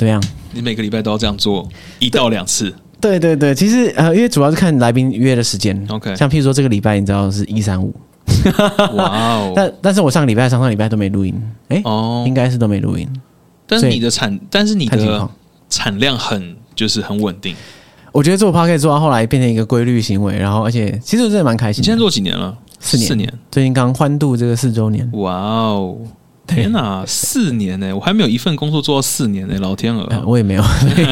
怎么样？ 你每个礼拜都要这样做1到2次？ 对对对，其实因为主要是看来宾约的时间。 OK， 像譬如说这个礼拜你知道是135。 哇哦！ 但是我上个礼拜、上礼拜都没录音，应该是都没录音。 但是你的产量就是很稳定。 我觉得做 podcast 做到后来变成一个规律行为，然后而且其实我真的蛮开心的。 你现在做几年了？4年。 最近刚欢度这个4周年。 哇哦！天哪，4年呢！我还没有一份工作做到4年呢，老天鹅！ 我也没有，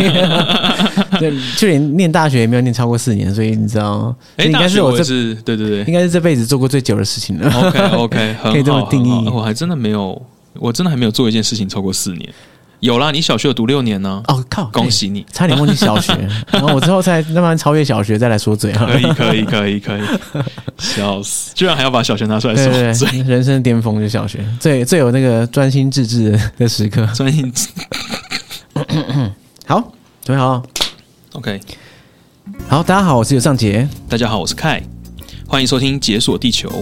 就连念大学也没有念超过4年，所以你知道，应该是我是对，应该是这辈子做过最久的事情了。 OK， 可以这么定义。 我还真的没有，我真的还没有做一件事情超过4年。有啦，你小学有读6年呢。 哦靠！ 恭喜你， 差点忘记小学，然后我之后才慢慢超越小学，再来说嘴。 可以，笑死！居然还要把小学拿出来说嘴。 对，人生巅峰就是小学，最有那个专心致志的时刻。 专心。 好，准备好了。 OK。 好，大家好，我是尤尚杰。 大家好，我是凯。欢迎收听《解锁地球》。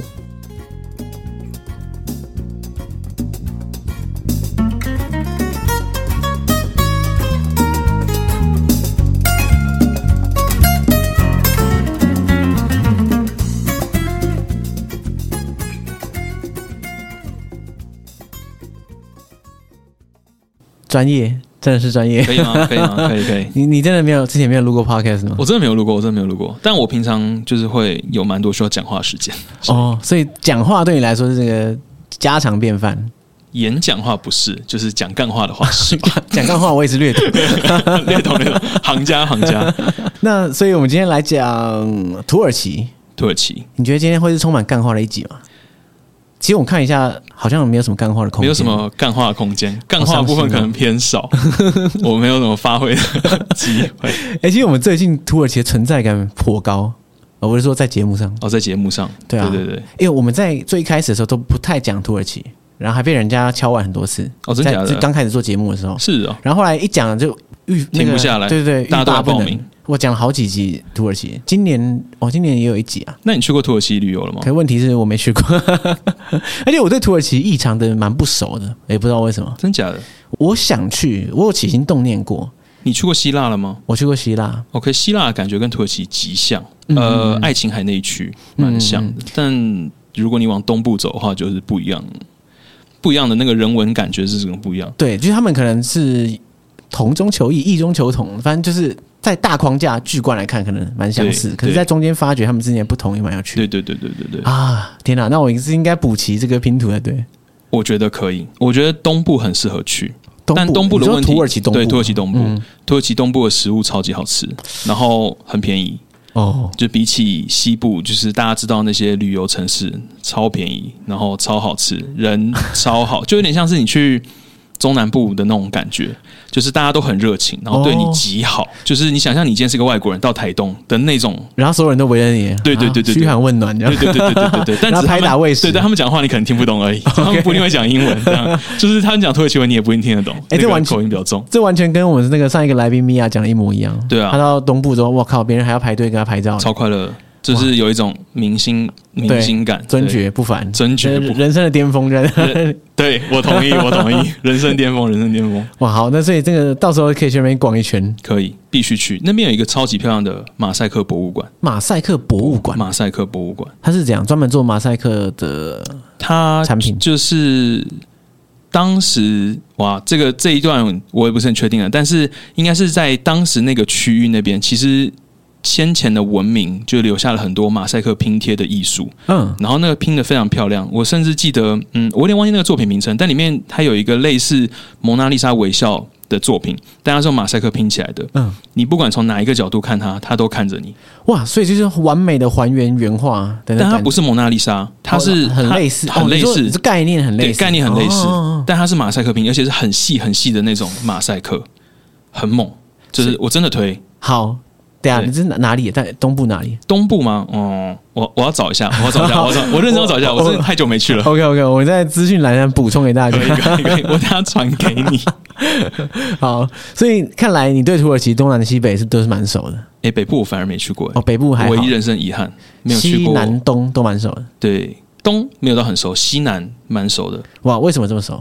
专业真的是专业， 可以吗？可以。 你真的没有之前没有录过 podcast 吗？ 我真的没有录过，但我平常就是会有蛮多需要讲话的时间。 所以讲话对你来说是这个家常便饭。 演讲话不是，就是讲干话的话是吧？ 讲干话我也是略懂， 略懂，行家。 那所以我们今天来讲土耳其。你觉得今天会是充满干话的一集吗？其实我看一下，好像没有什么干话的空间， 没有什么干话的空间，干话的部分可能偏少，我没有什么发挥的机会。 其实我们最近土耳其的存在感颇高，我是说在节目上。 在节目上，对啊，对， 因为我们在最一开始的时候都不太讲土耳其，然后还被人家敲碗很多次。 真假的？ 刚开始做节目的时候是哦， 然后后来一讲就停不下来， 对， 大家都要报名。 我讲了好几集土耳其，今年也有一集啊。 那你去过土耳其旅游了吗？ 可问题是我没去过，而且我对土耳其异常的蛮不熟的，也不知道为什么。 真假的？ 我想去，我有起心动念过。 你去过希腊了吗？ 我去过希腊。 OK， 希腊的感觉跟土耳其极像，爱琴海那一区蛮像的，但如果你往东部走的话，就是不一样的那个人文感觉是怎么不一样？对， 就是他们可能是同中求异，异中求同，反正就是在大框架巨观来看，可能蛮相似。可是，在中间发掘他们之间的不同，也蛮有趣的。对啊！天哪，那我是应该补齐这个拼图才对。 我觉得可以，我觉得东部很适合去，但东部的问题， 土耳其东部， 对，土耳其东部，土耳其东部的食物超级好吃，然后很便宜。就比起西部，就是大家知道那些旅游城市超便宜，然后超好吃，人超好，就有点像是你去中南部的那种感觉，就是大家都很热情，然后对你极好，就是你想象你今天是个外国人到台东的那种， 然后所有人都围着你，对，嘘寒问暖， 对，但然后拍打喂食， 对，但他们讲话你可能听不懂而已，他们不一定会讲英文，这样就是他们讲土耳其文你也不一定听得懂，这完口音比较重， 这完全跟我们那个上一个来宾米娅讲的一模一样， 对啊， 他到东部之后，我靠，别人还要排队跟他拍照， 超快乐。就是有一种明星感， 尊爵不凡， 人生的巅峰， 对，我同意，人生巅峰。 哇，好，那所以这个到时候可以去那边逛一圈， 可以，必须去。那边有一个超级漂亮的马赛克博物馆， 马赛克博物馆，它是怎样专门做马赛克的产品？ 就是当时哇，这一段我也不是很确定了，但是应该是在当时那个区域那边，其实。先前的文明就留下了很多马赛克拼贴的艺术，然后那个拼得非常漂亮。我甚至记得，我有点忘记那个作品名称，但里面它有一个类似蒙娜丽莎微笑的作品，但它是用马赛克拼起来的。你不管从哪一个角度看它，它都看着你。哇， 所以就是完美的还原原画的， 但它不是蒙娜丽莎，它是很类似，这概念很类似， 概念很类似，但它是马赛克拼，而且是很细很细的那种马赛克，很猛，就是我真的推好。对啊，你是哪里？在东部哪里？ 东部吗？我要找一下，我认真要找一下，我真的太久没去了。 OK， 我在资讯栏上补充给大家。 可以，我等下传给你。 好，所以看来你对土耳其东南西北都是蛮熟的。 北部我反而没去过。 北部还好， 唯一人生遗憾没有去过。 西南东都蛮熟的。 对，东没有到很熟，西南蛮熟的。 哇，为什么这么熟？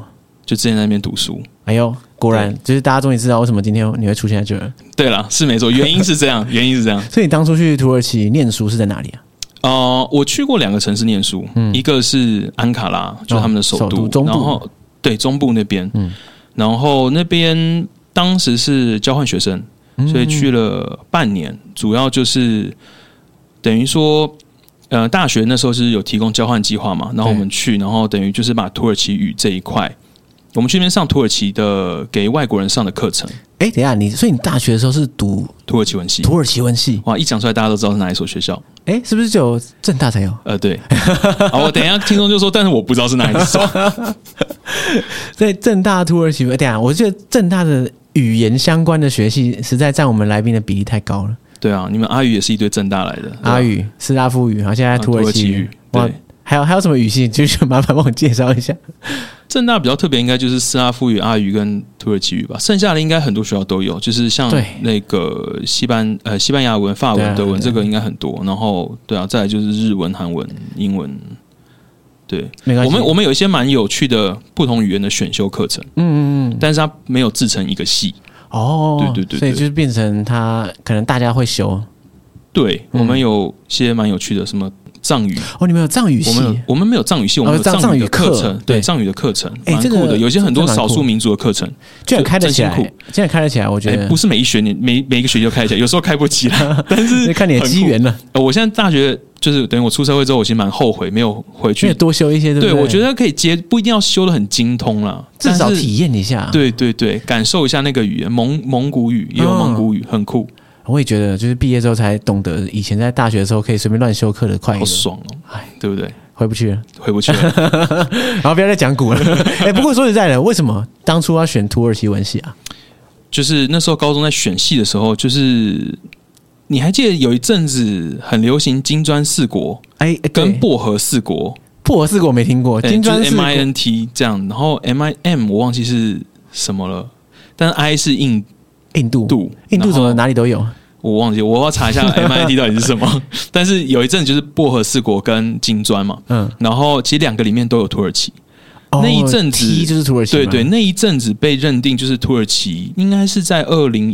就之前在那边读书。 哎呦，果然就是大家终于知道为什么今天你会出现在这儿。 对啦，是没错，原因是这样，原因是这样。 所以你当初去土耳其念书是在哪里啊？ 我去过2个城市念书，一个是安卡拉，就是他们的首都， 中部， 然后对中部那边，然后那边当时是交换学生，所以去了半年，主要就是等于说，大学那时候是有提供交换计划嘛，然后我们去，然后等于就是把土耳其语这一块，我们去那边上土耳其的给外国人上的课程。 哎，等一下，所以你大学的时候是读土耳其文系？土耳其文系， 哇！一讲出来大家都知道是哪一所学校。 哎，是不是只有政大才有？ 对。好，我等一下听众就说，但是我不知道是哪一所。 所以政大土耳其文，等一下，我觉得政大的语言相关的学系实在占我们来宾的比例太高了。 对啊，你们阿语也是一堆政大来的， 阿语、斯拉夫语，然后现在土耳其语。哇，还有什么语系？就是麻烦帮我介绍一下。 政大比较特别，应该就是斯拉夫语、阿语跟土耳其语吧。剩下的应该很多学校都有，就是像那个西班牙文、法文、德文，这个应该很多。然后对啊，再来就是日文、韩文、英文。对，我们有一些蛮有趣的不同语言的选修课程，但是它没有制成一个系。哦，对， 所以就是变成它可能大家会修。 对，我们有些蛮有趣的，什么藏语你们有藏语系？ 我们没有藏语系，我们有藏语的课程。对，藏语的课程蛮酷的，有些很多少数民族的课程， 居然开得起来，我觉得不是每一学年每一个学期都开得起来，有时候开不起来，但是看你的机缘了。 我现在大学就是等于我出社会之后，我其实蛮后悔没有回去多修一些，对不对？ 对，我觉得可以不一定要修得很精通啦， 至少体验一下。 对，感受一下那个语言，蒙古语也有蒙古语，很酷。 我也觉得，就是毕业之后才懂得，以前在大学的时候可以随便乱修课的快乐， 好爽哦！对不对？ 回不去了。 然后不要再讲古了。不过说实在的，为什么当初要选土耳其文系啊？ 就是那时候高中在选系的时候，就是你还记得有一阵子很流行金砖四国，跟薄荷四国。 薄荷四国没听过，金砖四国、 就是、MINT 这样，然后 MIM 我忘记是什么了，但是 I 是印度怎么哪里都有？ 我忘记，我要查一下 MIT 到底是什么。但是有一阵就是薄荷四国跟金砖嘛，然后其实2个里面都有土耳其。那一阵子 T 就是土耳其， 对，那一阵子被认定就是土耳其，应该是在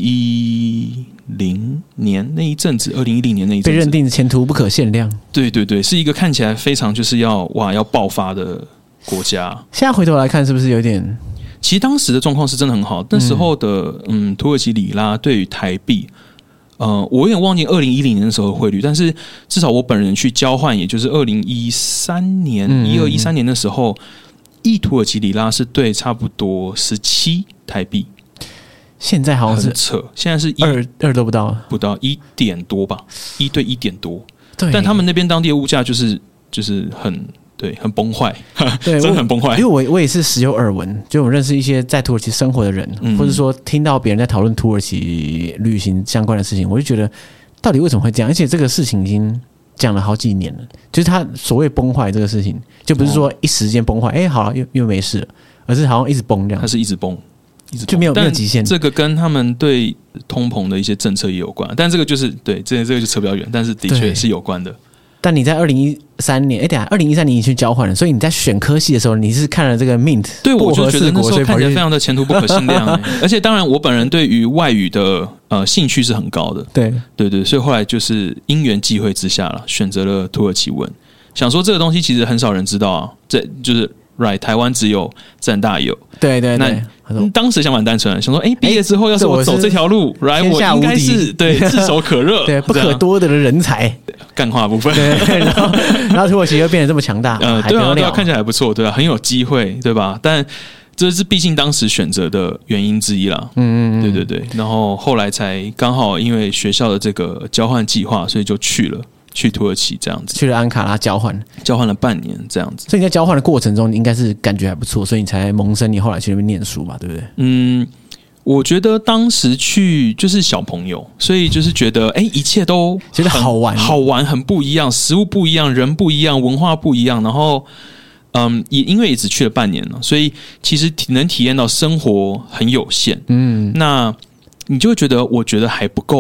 2010年那一阵子，2010年那一阵子被认定前途不可限量。 对，是一个看起来非常就是要爆发的国家。 现在回头来看，是不是有点？ 其实当时的状况是真的很好，那时候的土耳其里拉对于台币，我有点忘记2010年的时候的汇率，但是至少我本人去交换，也就是2013年、12、13年的时候，一土耳其里拉是对差不多17台币。 现在好像是很扯，现在是 2都不到 1点多吧，1对1点多。 对， 但他们那边当地的物价就是很崩坏，对，真的很崩坏。 因为我也是时有耳闻，就我认识一些在土耳其生活的人，或者说听到别人在讨论土耳其旅行相关的事情，我就觉得到底为什么会这样？而且这个事情已经讲了好几年了，就是他所谓崩坏这个事情，就不是说一时间崩坏，好了又没事了，而是好像一直崩这样。 它是一直崩， 就没有极限。 这个跟他们对通膨的一些政策也有关，但这个就是对这个就扯比较远，但是的确是有关的。 但你在2013年，2013年你去交换了，所以你在选科系的时候，你是看了这个 Mint， 对，我就觉得那时候看起来非常的前途不可限量，而且当然我本人对于外语的兴趣是很高的，对，所以后来就是因缘际会之下了，选择了土耳其文，想说这个东西其实很少人知道啊，这就是台湾只有政大有， 对， 那当时想法很单纯，想说毕业之后要是我走这条路，我应该是对炙手可热， 对不可多得的人才， 干话部分， 对，然后土耳其又变得这么强大， 对啊，看起来还不错，对啊，很有机会，对吧？但这是毕竟当时选择的原因之一啦，对，然后后来才刚好因为学校的这个交换计划，所以就去土耳其这样子， 去了安卡拉交换了半年这样子。 所以你在交换的过程中，你应该是感觉还不错，所以你才萌生你后来去那边念书吧，对不对？ 我觉得当时去就是小朋友，所以就是觉得一切都觉得好玩， 很不一样，食物不一样，人不一样，文化不一样，然后也因为也只去了半年了，所以其实能体验到生活很有限。那你就会觉得我觉得还不够。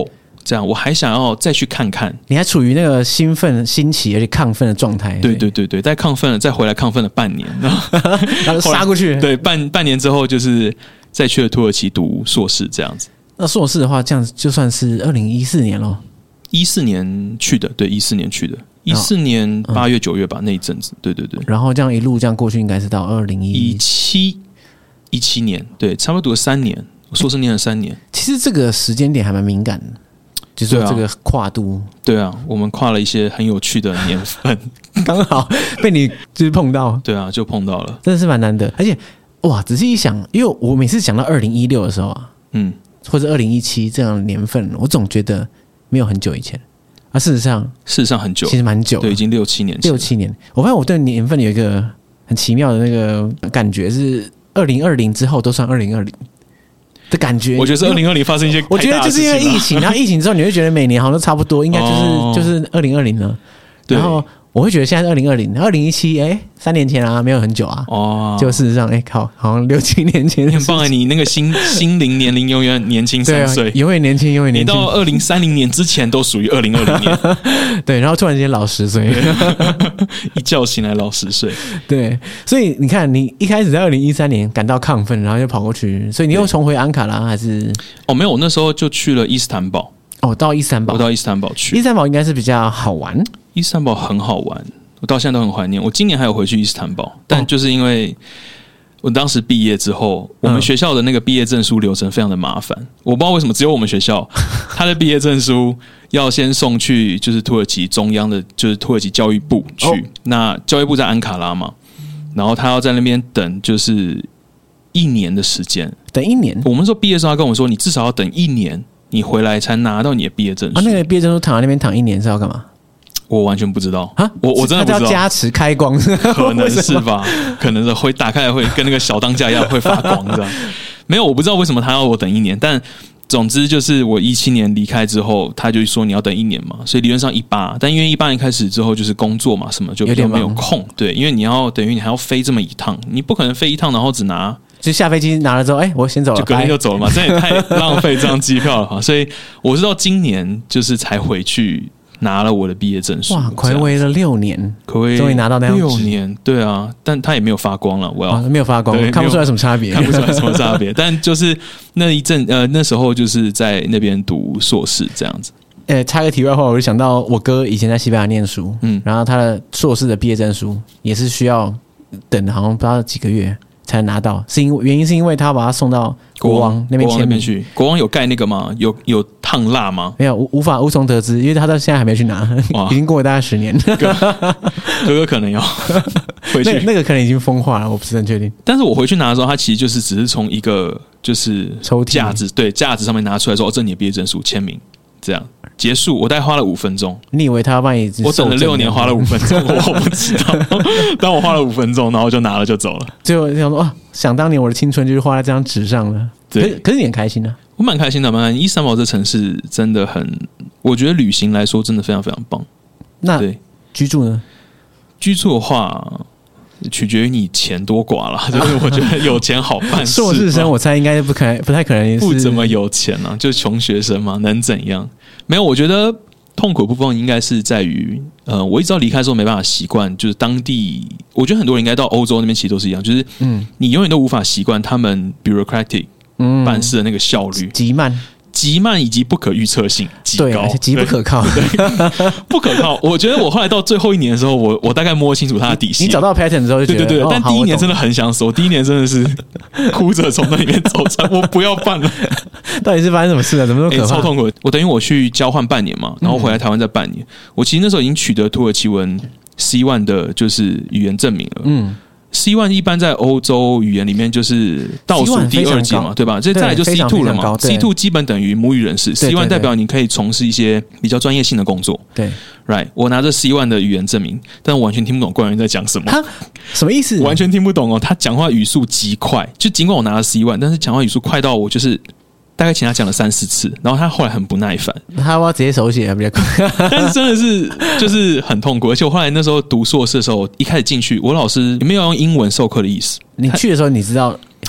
这样我还想要再去看看。 你还处于那个兴奋、新奇而且亢奋的状态。 对，再亢奋了，再回来亢奋了半年，然后杀过去。 对，半年之后就是再去了土耳其读硕士这样子。 那硕士的话，这样子就算是2014年咯。 14年去的，对，14年去的，14年8月9月吧，那一阵子，对。 然后这样一路这样过去，应该是到2017 年，对，差不多读了3年，我硕士念了3年。 其实这个时间点还蛮敏感的，就是这个跨度。 对啊，我们跨了一些很有趣的年份， 刚好被你就是碰到。 对啊，就碰到了， 真的是蛮难的。而且哇，仔细一想，因为我每次想到2016的时候啊，或者2017这样的年份，我总觉得没有很久以前啊。事实上很久， 其实蛮久， 对，已经6-7年前。 6-7年，我发现我对年份有一个很奇妙的那个感觉，是2020之后都算2020的感觉。 我觉得是2020发生一些太大的事情了， 我觉得就是因为疫情，然后疫情之后你会觉得每年好像都差不多，应该就是2020了。然后我会觉得现在是2020，2017， 3年前啊，没有很久啊。就事实上，靠，好像6-7年前。 很棒啊！你那个心灵年龄永远年轻3岁， 永远年轻，永远年轻。 你到2030年之前都属于2020年。 对，然后突然间老10岁， 一觉醒来老10岁。 对，所以你看，你一开始在2013年感到亢奋，然后就跑过去，所以你又重回安卡拉还是？ 没有，我那时候就去了伊斯坦堡。 我到伊斯坦堡去。伊斯坦堡应该是比较好玩。 伊斯坦堡很好玩，我到现在都很怀念。我今年还有回去伊斯坦堡，但就是因为我当时毕业之后，我们学校的那个毕业证书流程非常的麻烦。我不知道为什么只有我们学校，他的毕业证书要先送去就是土耳其中央的，就是土耳其教育部去。那教育部在安卡拉嘛，然后他要在那边等就是1年的时间。 等1年？ 我们说毕业的时候，他跟我说，你至少要等1年，你回来才拿到你的毕业证书。 那个毕业证书躺在那边躺1年是要干嘛？ 我完全不知道啊！我真的不知道。 它叫加持开光， 可能是吧？可能是会打开来会跟那个小当家一样会发光这样。没有，我不知道为什么他要我等1年，但总之就是我17年离开之后，他就说你要等1年嘛，所以理论上18，但因为18年开始之后就是工作嘛，什么就比较没有空。对，因为你要等于你还要飞这么一趟，你不可能飞一趟然后只拿。 就下飞机拿了之后，我先走了， 就隔天就走了嘛，这也太浪费这张机票了哈。所以我是到今年就是才回去。拿了我的毕业证书， 哇，睽违了6年，终于拿到那样子。 6年，对啊，但他也没有发光了， 没有发光，看不出来什么差别， 看不出来什么差别。但就是那一阵，那时候就是在那边读硕士这样子。 插个题外话，我就想到我哥以前在西班牙念书，然后他的硕士的毕业证书也是需要等，好像不知道几个月才拿到，原因是因为他把他送到国王那边签名去。 国王有盖那个吗？有烫蜡吗？ 没有，无从得知，因为他到现在还没去拿，已经过了大概10年。 哥哥可能要回去， 那个可能已经风化了，我不是很确定。 但是我回去拿的时候，他其实就是只是从一个就是架子上面拿出来说，这你的毕业证书，签名，这样结束。我大概花了5分钟。 你以为他要帮你？ 我等了6年，花了5分钟，我不知道。但我花了5分钟，然后就拿了就走了。 最后想说，想当年我的青春就是花在这张纸上了。对，可是你很开心啊。 我蛮开心的，伊斯坦堡这城市真的很，我觉得旅行来说真的非常非常棒。 那居住呢？ 居住的话，取决于你钱多寡啦。就是我觉得有钱好办事。 硕士生我猜应该不太可能不怎么有钱啊，就是穷学生嘛，能怎样？没有，我觉得痛苦的部分应该是在于，我一直到离开的时候没办法习惯，就是当地，我觉得很多人应该到欧洲那边其实都是一样，就是你永远都无法习惯他们 bureaucratic 办事的那个效率，极慢以及不可预测性极高， 而且极不可靠， 不可靠。我觉得我后来到最后1年的时候，我大概摸清楚他的底细。 你找到 pattern 之后就觉得对，但第1年真的很想走，第1年真的是哭着从那里面走出来，我不要办了。 到底是发生什么事了？怎么那么可怕？ 超痛苦。我等于我去交换半年嘛，然后回来台湾再半年。我其实那时候已经取得土耳其文 C1 的就是语言证明了。C1 一般在欧洲语言里面就是倒数第2级嘛，对吧？这再来就 C2 了嘛。C2 基本等于母语人士 ，C1 代表你可以从事一些比较专业性的工作。 对 ，right。我拿着 C1 的语言证明，但我完全听不懂官员在讲什么。 什么意思？ 完全听不懂哦。他讲话语速极快，就尽管我拿了 C1，但是讲话语速快到我就是大概请他讲了3-4次，然后他后来很不耐烦， 他要直接手写比较快， 但是真的是就是很痛苦。而且我后来那时候读硕士的时候，一开始进去，我老师也没有用英文授课的意思。 你去的时候，你知道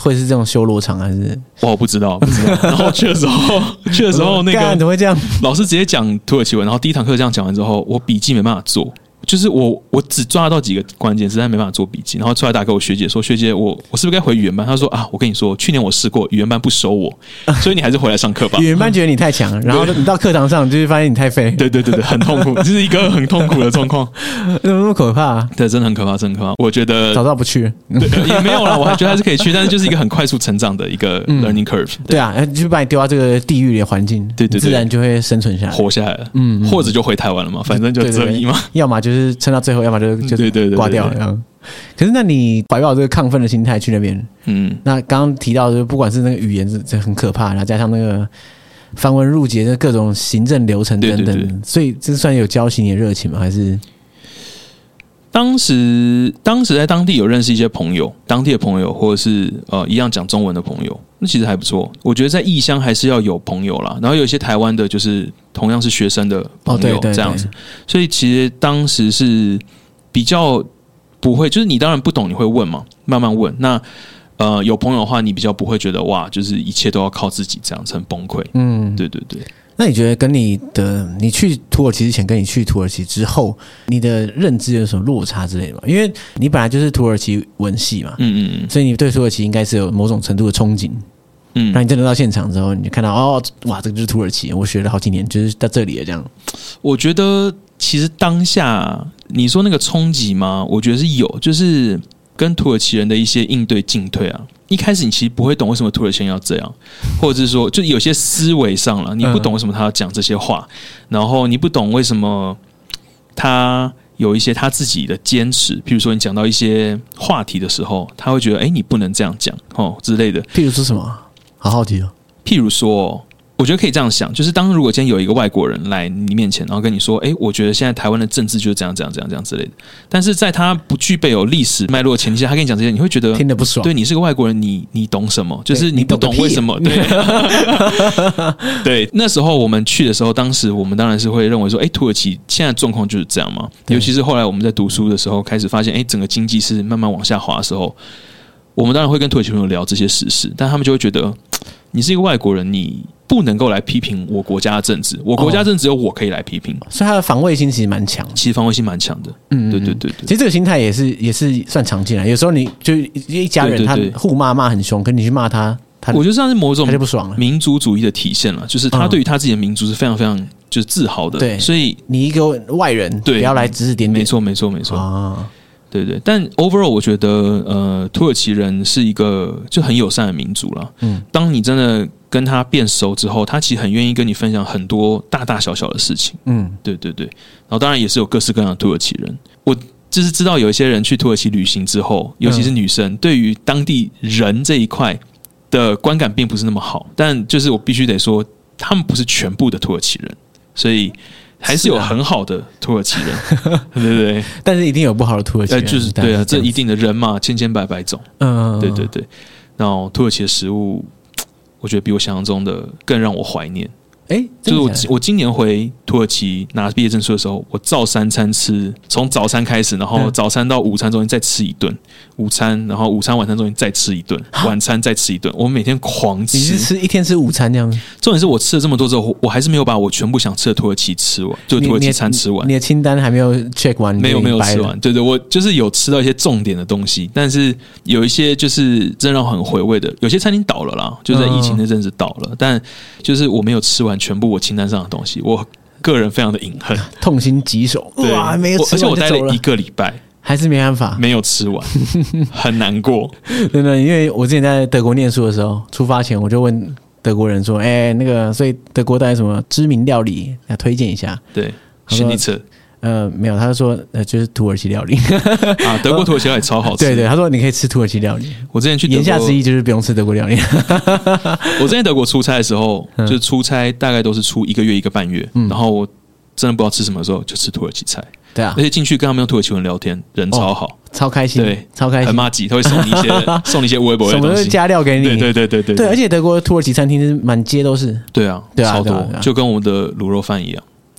会是这种修罗场还是？ 我不知道。然后去的时候那个怎么会这样？ 老师直接讲土耳其文，然后第一堂课这样讲完之后，我笔记没办法做。就是我只抓到几个关键词，但没办法做笔记。然后出来打给我学姐说：“学姐，我是不是该回语言班？”她说：“啊，我跟你说，去年我试过，语言班不收我，所以你还是回来上课吧。” 语言班觉得你太强了，然后你到课堂上就是发现你太废。 对，很痛苦，这是一个很痛苦的状况。 怎么那么可怕啊？ 对，真的很可怕，真的很可怕。我觉得早知道不去， 对，也没有啦，我还觉得还是可以去，但是就是一个很快速成长的一个 learning curve。 对啊，就把你丢到这个地狱的环境，对，自然就会生存下来， 活下来了。或者就回台湾了嘛，反正就这一嘛。 要么就是撑到最后，要么就挂掉了。可是那你怀抱这个亢奋的心态去那边，那刚刚提到的，不管是那个语言这很可怕，然后加上那个繁文缛节的各种行政流程等等，所以这算有浇熄你的热情吗？还是当时在当地有认识一些朋友，当地的朋友或者是一样讲中文的朋友，那其实还不错。我觉得在异乡还是要有朋友啦，然后有一些台湾的，就是同样是学生的朋友这样子，所以其实当时是比较不会，就是你当然不懂你会问嘛，慢慢问。那有朋友的话，你比较不会觉得哇，就是一切都要靠自己这样子很崩溃。对。 那你觉得跟你去土耳其之前跟你去土耳其之后，你的认知有什么落差之类的吗？因为你本来就是土耳其文系嘛，所以你对土耳其应该是有某种程度的憧憬。那你真的到现场之后，你就看到哇，这个就是土耳其，我学了好几年，就是到这里了这样。 我觉得其实当下你说那个冲击吗？我觉得是有，就是跟土耳其人的一些应对进退啊。一开始你其实不会懂为什么土耳其人要这样，或者是说就有些思维上了，你不懂为什么他要讲这些话，然后你不懂为什么他有一些他自己的坚持，譬如说你讲到一些话题的时候，他会觉得你不能这样讲之类的。 譬如说什么？好好奇哦。 譬如说我觉得可以这样想，就是如果今天有一个外国人来你面前，然后跟你说我觉得现在台湾的政治就是这样之类的，但是在他不具备有历史脉络的前提下，他跟你讲这些，你会觉得听得不爽。 对，你是个外国人，你懂什么？就是你不懂为什么。对对，那时候我们去的时候，当时我们当然是会认为说土耳其现在状况就是这样嘛，尤其是后来我们在读书的时候开始发现整个经济是慢慢往下滑的时候，我们当然会跟土耳其朋友聊这些时事，但他们就会觉得你是一个外国人，你不能够来批评我国家的政治，我国家政治只有我可以来批评， 所以他的防卫心其实蛮强， 其实防卫心蛮强的。对。 其实这个心态也是算常见的。有时候你就一家人他互骂很凶，可你去骂他， 我觉得这是某种他就不爽了。 民族主义的体现了，就是他对于他自己的民族是非常非常就是自豪的。 对， 所以你一个外人不要来指指点点。 没错啊。对，但 overall 我觉得土耳其人是一个就很友善的民族啦。当你真的跟他变熟之后，他其实很愿意跟你分享很多大大小小的事情。对。然后当然也是有各式各样的土耳其人。我就是知道有一些人去土耳其旅行之后，尤其是女生，对于当地人这一块的观感并不是那么好。但就是我必须得说，他们不是全部的土耳其人，所以还是有很好的土耳其人，对， 但是一定有不好的土耳其人， 就是对啊，这一定的人嘛，千千百百种，对。然后土耳其的食物，我觉得比我想象中的更让我怀念。就是我今年回土耳其拿毕业证书的时候，我照3餐吃，从早餐开始，然后早餐到午餐中间再吃一顿，午餐，然后午餐晚餐中间再吃一顿，晚餐再吃一顿，我每天狂吃。 你是一天吃午餐这样？ 重点是我吃了这么多之后，我还是没有把我全部想吃的土耳其吃完，就土耳其餐吃完。 你的清单还没有 check 完？ 没有吃完。对，我就是有吃到一些重点的东西，但是有一些就是真的让我很回味的，有些餐厅倒了啦，就在疫情那阵子倒了，但就是我没有吃完全部我清单上的东西，我个人非常的隐恨， 痛心疾首。哇，没有吃完， 而且我待了1个礼拜， 还是没办法， 没有吃完，很难过。 真的，因为我之前在德国念书的时候，出发前我就问德国人说：“那个，所以德国带什么知名料理要推荐一下？” 对，是你吃。 没有，他就说就是土耳其料理啊，德国土耳其料理超好吃。 对，他说你可以吃土耳其料理。 我之前去德国， 言下之意就是不用吃德国料理。 我之前德国出差的时候，就出差大概都是出1个月1个半月，然后我真的不知道吃什么的时候，就吃土耳其菜。 对啊， 而且进去跟他们用土耳其文聊天，人超好， 超开心， 对， 超开心， 很麻吉，他会送你一些微博的东西， 什么都加料给你。 对， 而且德国土耳其餐厅是满街都是。 对啊，超多，就跟我们的卤肉饭一样。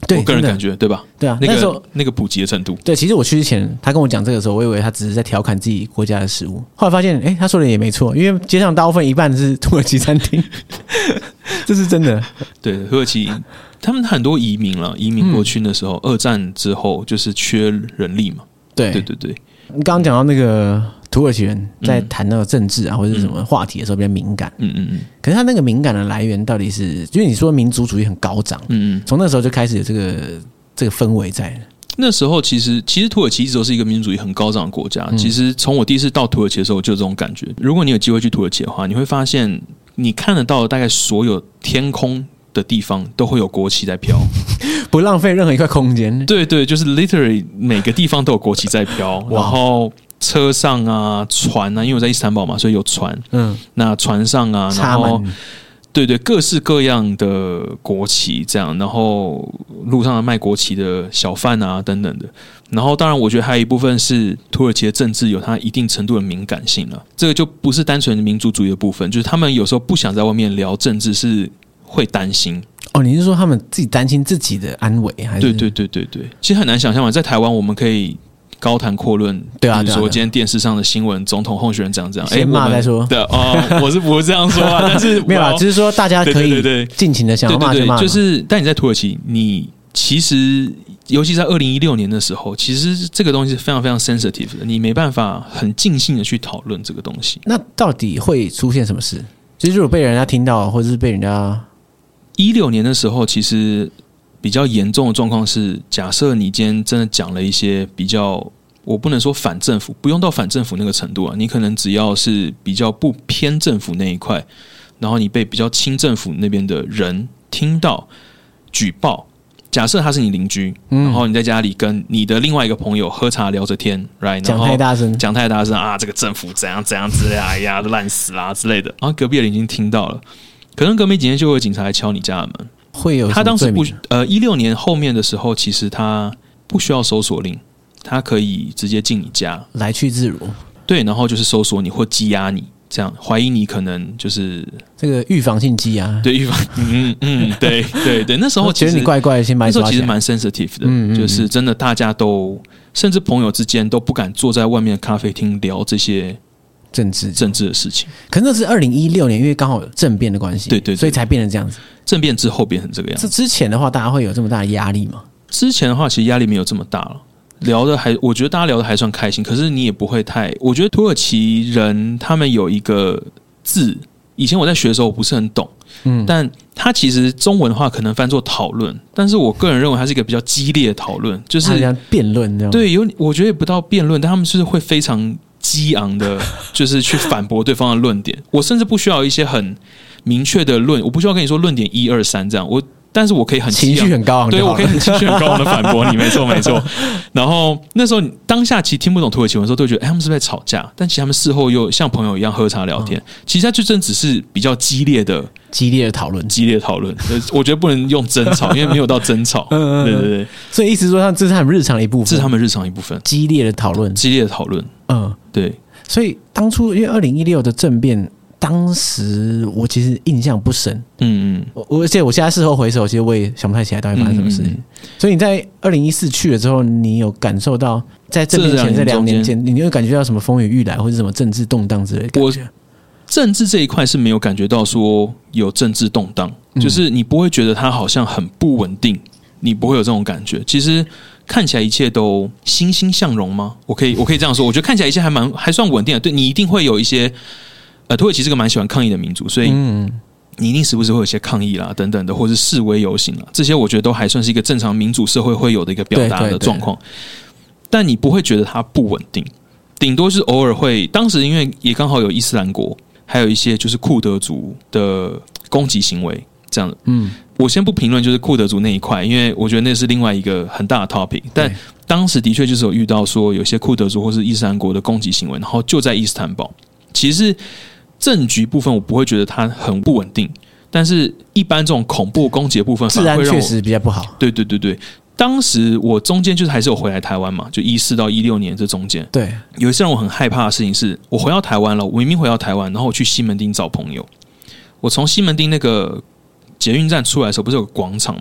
我个人感觉，对吧？ 对啊， 那个普及的程度。 对，其实我去之前，他跟我讲这个时候，我以为他只是在调侃自己国家的食物，后来发现，他说的也没错，因为街上大部分一半是土耳其餐厅，这是真的。 对，土耳其他们很多移民过去的时候，二战之后就是缺人力嘛。对。你刚刚讲到那个土耳其人在谈那个政治啊或者是什么话题的时候比较敏感，可是他那个敏感的来源到底是，因为你说民族主义很高涨，从那时候就开始有这个氛围在。 那时候其实土耳其一直都是一个民族主义很高涨的国家。其实从我第一次到土耳其的时候，我就有这种感觉。如果你有机会去土耳其的话，你会发现你看得到的大概所有天空的地方都会有国旗在飘， 不浪费任何一块空间。 对，就是 literally 每个地方都有国旗在飘，然后车上啊、船啊，因为我在伊斯坦堡嘛，所以有船。那船上啊，然后对，各式各样的国旗这样，然后路上的卖国旗的小贩啊等等的。然后当然，我觉得还有一部分是土耳其的政治有它一定程度的敏感性了。这个就不是单纯的民族主义的部分，就是他们有时候不想在外面聊政治，是会担心。 你是说他们自己担心自己的安危，还是？ 对，其实很难想象嘛，在台湾我们可以高谈阔论，比如说今天电视上的新闻，总统候选人这样， 先骂再说。 对我是不会这样说啊，但是没有啦，只是说大家可以尽情的想要骂就骂。 就是，但你在土耳其，你其实尤其在2016年的时候，其实这个东西是非常非常 sensitive 的，你没办法很尽兴的去讨论这个东西。 那到底会出现什么事？就是如果被人家听到，或者是被人家 16年的时候，其实比较严重的状况是，假设你今天真的讲了一些比较，我不能说反政府，不用到反政府那个程度啊，你可能只要是比较不偏政府那一块，然后你被比较亲政府那边的人听到举报，假设他是你邻居，然后你在家里跟你的另外一个朋友喝茶聊着天 ，right， 讲太大声啊，这个政府怎样之类，哎呀，烂死啦之类的，然后隔壁的邻居听到了，可能隔没几天就会有警察来敲你家的门。 会有他当时16年后面的时候，其实他不需要搜索令，他可以直接进你家， 来去自如。 对，然后就是搜索你或羁押你，这样怀疑你可能就是这个预防性羁押。 对，预防，对，那时候觉得你怪怪的，先把你抓起来。 那时候其实蛮 sensitive 的，就是真的大家都甚至朋友之间都不敢坐在外面的咖啡厅聊这些政治的事情。 可是那是2016年，因为刚好有政变的关系， 对， 所以才变成这样子。 政变之后变成这个样子。 之前的话，大家会有这么大的压力吗？ 之前的话，其实压力没有这么大了。我觉得大家聊得还算开心，可是你也不会太。我觉得土耳其人他们有一个字，以前我在学的时候我不是很懂，但它其实中文的话可能翻作讨论，但是我个人认为它是一个比较激烈的讨论，就是像辩论这样。 对，我觉得也不到辩论，但他们是会非常激昂的，就是去反驳对方的论点。我甚至不需要一些很明确的我不需要跟你说论点1、2、3这样，但是我可以很情绪很高昂， 对，我可以很情绪很高昂的反驳你，没错。然后那时候当下其实听不懂土耳其文的时候，都觉得他们是不是在吵架？但其实他们事后又像朋友一样喝茶聊天。其实它就真只是比较激烈的讨论。我觉得不能用争吵，因为没有到争吵。对。 所以意思说，这是他们日常的一部分， 这是他们日常一部分， 激烈的讨论。 对。 所以当初因为2016的政变。当时我其实印象不深，而且我现在事后回首，其实我也想不太起来到底发生什么事情。所以你在2014去了之后，你有感受到在政变前这2年间，你有感觉到什么风雨欲来，或者什么政治动荡之类的感觉？ 政治这一块是没有感觉到说有政治动荡，就是你不会觉得它好像很不稳定，你不会有这种感觉。其实看起来一切都欣欣向荣吗？我可以这样说，我觉得看起来一切还算稳定的。对，你一定会有一些。土耳其是个蛮喜欢抗议的民族，所以你一定时不时会有一些抗议啦等等的，或是示威游行啦，这些我觉得都还算是一个正常民主社会会有的一个表达的状况。但你不会觉得它不稳定，顶多是偶尔会。当时因为也刚好有伊斯兰国，还有一些就是库德族的攻击行为这样的。我先不评论就是库德族那一块，因为我觉得那是另外一个很大的 topic。但当时的确就是有遇到说有些库德族或是伊斯兰国的攻击行为，然后就在伊斯坦堡，其实。政局部分我不会觉得它很不稳定，但是一般这种恐怖攻击的部分治安确实比较不好。 对，当时我中间就是还是有回来台湾嘛，就14到16年这中间。 对， 有一次让我很害怕的事情是，我回到台湾了，我明明回到台湾，然后我去西门町找朋友。我从西门町那个捷运站出来的时候，不是有个广场吗？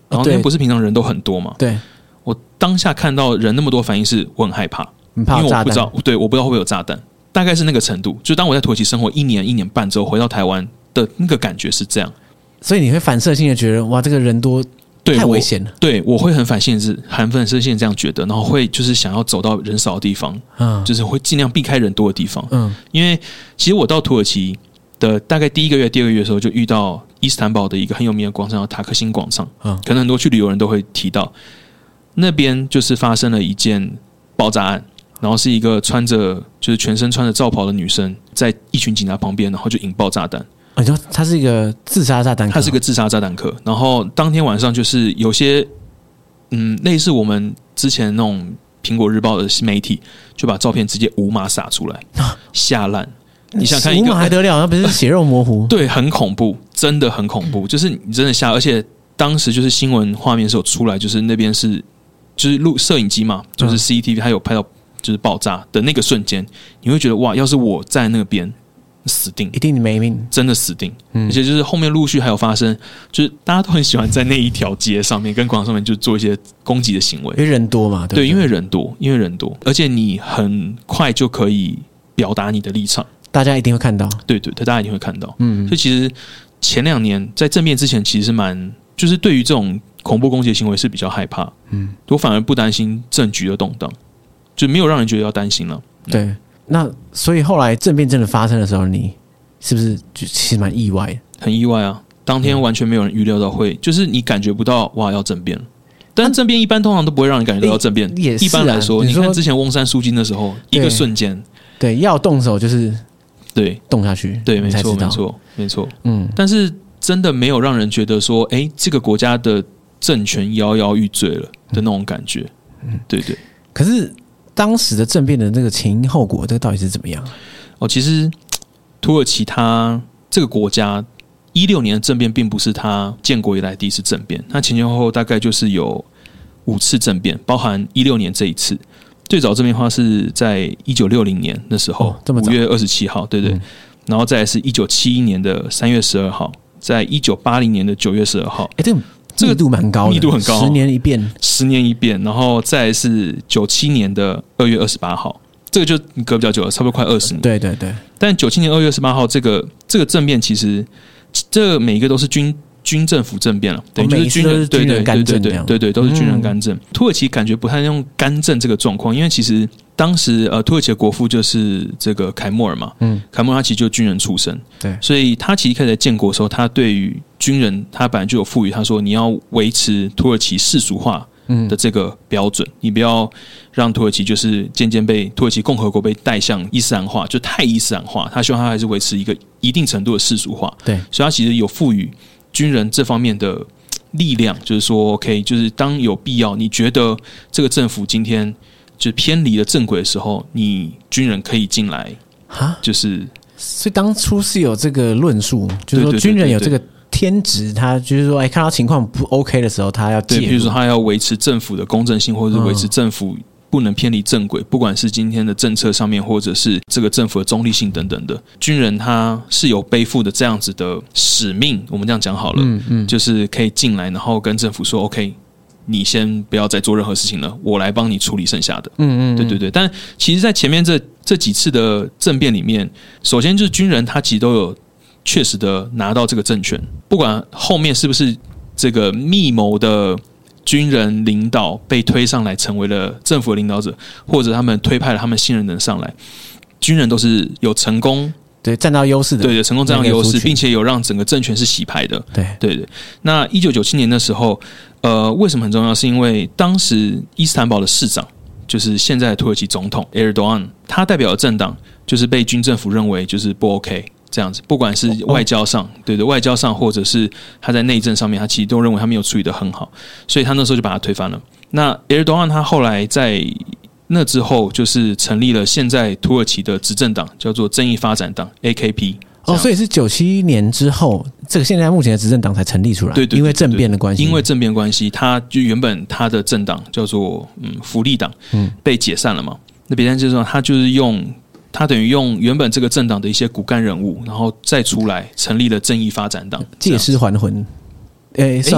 然后那边不是平常人都很多嘛？ 对， 我当下看到人那么多，反应是我很害怕， 因为我不知道，对，我不知道会不会有炸弹，大概是那个程度。就当我在土耳其生活1年1年半之后，回到台湾的那个感觉是这样， 所以你会反射性的觉得，哇，这个人多太危险了。 对，我会很反射性这样觉得，然后会就是想要走到人少的地方，就是会尽量避开人多的地方。因为其实我到土耳其的大概第1个月、第2个月的时候，就遇到伊斯坦堡的一个很有名的广场，叫塔克辛广场。可能很多去旅游人都会提到，那边就是发生了一件爆炸案，然后是一个就是全身穿着罩袍的女生，在一群警察旁边，然后就引爆炸弹。 你说他是一个自杀炸弹客？他是一个自杀炸弹客。然后当天晚上就是有些类似我们之前那种苹果日报的媒体，就把照片直接无码撒出来，吓烂。你想看一个无码还得了？那不是血肉模糊？ 对，很恐怖，真的很恐怖。就是你真的吓，而且当时就是新闻画面是有出来，就是那边就是录摄影机嘛，就是 CCTV 还有拍到就是爆炸的那个瞬间，你会觉得哇，要是我在那边。死定， 一定你没命， 真的死定。而且就是后面陆续还有发生，就是大家都很喜欢在那一条街上面跟广场上面就做一些攻击的行为， 因为人多嘛， 对，因为人多，而且你很快就可以表达你的立场， 大家一定会看到， 对，大家一定会看到。所以其实前2年在政变之前，其实是就是对于这种恐怖攻击的行为是比较害怕。我反而不担心政局的动荡，就没有让人觉得要担心了。 对。那所以后来政变真的发生的时候，你是不是就其实蛮意外的？ 很意外啊！当天完全没有人预料到就是你感觉不到哇要政变了。但政变一般通常都不会让人感觉到政变。一般来说，你看之前翁山书记的时候，一个瞬间， 对，要动手就是对动下去， 对，没错。但是真的没有让人觉得说，这个国家的政权摇摇欲坠了的那种感觉。对。 可是。当时的政变的这个前因后果，这个到底是怎么样？ 其实土耳其它这个国家16年的政变并不是它建国以来第一次政变，它前后大概就是有5次政变，包含16年这一次。最早政变的话是在1960年的时候，5月27号，对。然后再来是1971年的3月12号，在1980年的9月12号。 这个密度蛮高的， 密度很高 ，10年一变， 然后再来是97年的2月28号，这个就隔比较久了，差不多快20年。 对。 但97年2月28号这个政变，其实这每一个都是军政府政变了，等于就是军人干政， 对，都是军人干政。土耳其感觉不太用干政这个状况，因为其实当时土耳其的国父就是这个凯末尔嘛，凯末尔他其实就是军人出身， 对， 所以他其实开始在建国的时候，他对于军人他本来就有赋予，他说你要维持土耳其世俗化的这个标准，你不要让土耳其就是渐渐被土耳其共和国被带向伊斯兰化，就太伊斯兰化，他希望他还是维持一个一定程度的世俗化， 对， 所以他其实有赋予军人这方面的力量，就是说 OK， 就是当有必要，你觉得这个政府今天就偏离了正轨的时候，你军人可以进来，就是所以当初是有这个论述，就是说军人有这个天职，他就是说，看到情况不 OK 的时候，他要介入， 比如说他要维持政府的公正性，或者是维持政府不能偏离正轨，不管是今天的政策上面，或者是这个政府的中立性等等的，军人他是有背负的这样子的使命，我们这样讲好了，就是可以进来，然后跟政府说 OK， 你先不要再做任何事情了，我来帮你处理剩下的。对。但其实，在前面这几次的政变里面，首先就是军人他其实都有确实的拿到这个政权，不管后面是不是这个密谋的军人领导被推上来成为了政府的领导者，或者他们推派了他们信任的人上来，军人都是有成功占到优势的， 对，成功占到优势，并且有让整个政权是洗牌的。对。那1997年的时候，为什么很重要？是因为当时伊斯坦堡的市长，就是现在的土耳其总统埃尔多安，他代表的政党就是被军政府认为就是不 OK。这样子，不管是外交上，对，外交上，或者是他在内政上面，他其实都认为他没有处理得很好，所以他那时候就把他推翻了。那埃尔多安他后来在那之后，就是成立了现在土耳其的执政党，叫做正义发展党 AKP。 所以是97年之后，这个现在目前的执政党才成立出来， 对， 因为政变的关系。 因为政变关系，他就原本他的政党叫做福利党，被解散了嘛。那别人就是说，他等于用原本这个政党的一些骨干人物，然后再出来成立了正义发展党， 借尸还魂。是吗？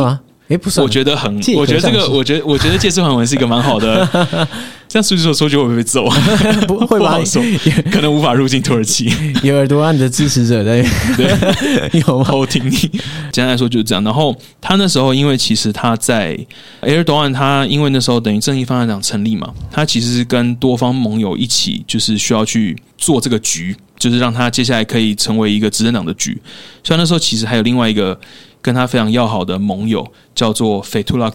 不是， 我觉得我觉得这个，我觉得借尸还魂是一个蛮好的。这样书记说就会被揍， 不会吧？ 可能无法入境土耳其。 有耳朵案的支持者在， 对，有偷听你。简单来说就是这样。然后他那时候，因为其实他在埃尔多安，他因为那时候等于正义方案党成立嘛，他其实是跟多方盟友一起，就是需要去做这个局，就是让他接下来可以成为一个执政党的局。所以那时候其实还有另外一个跟他非常要好的盟友，叫做Fethullah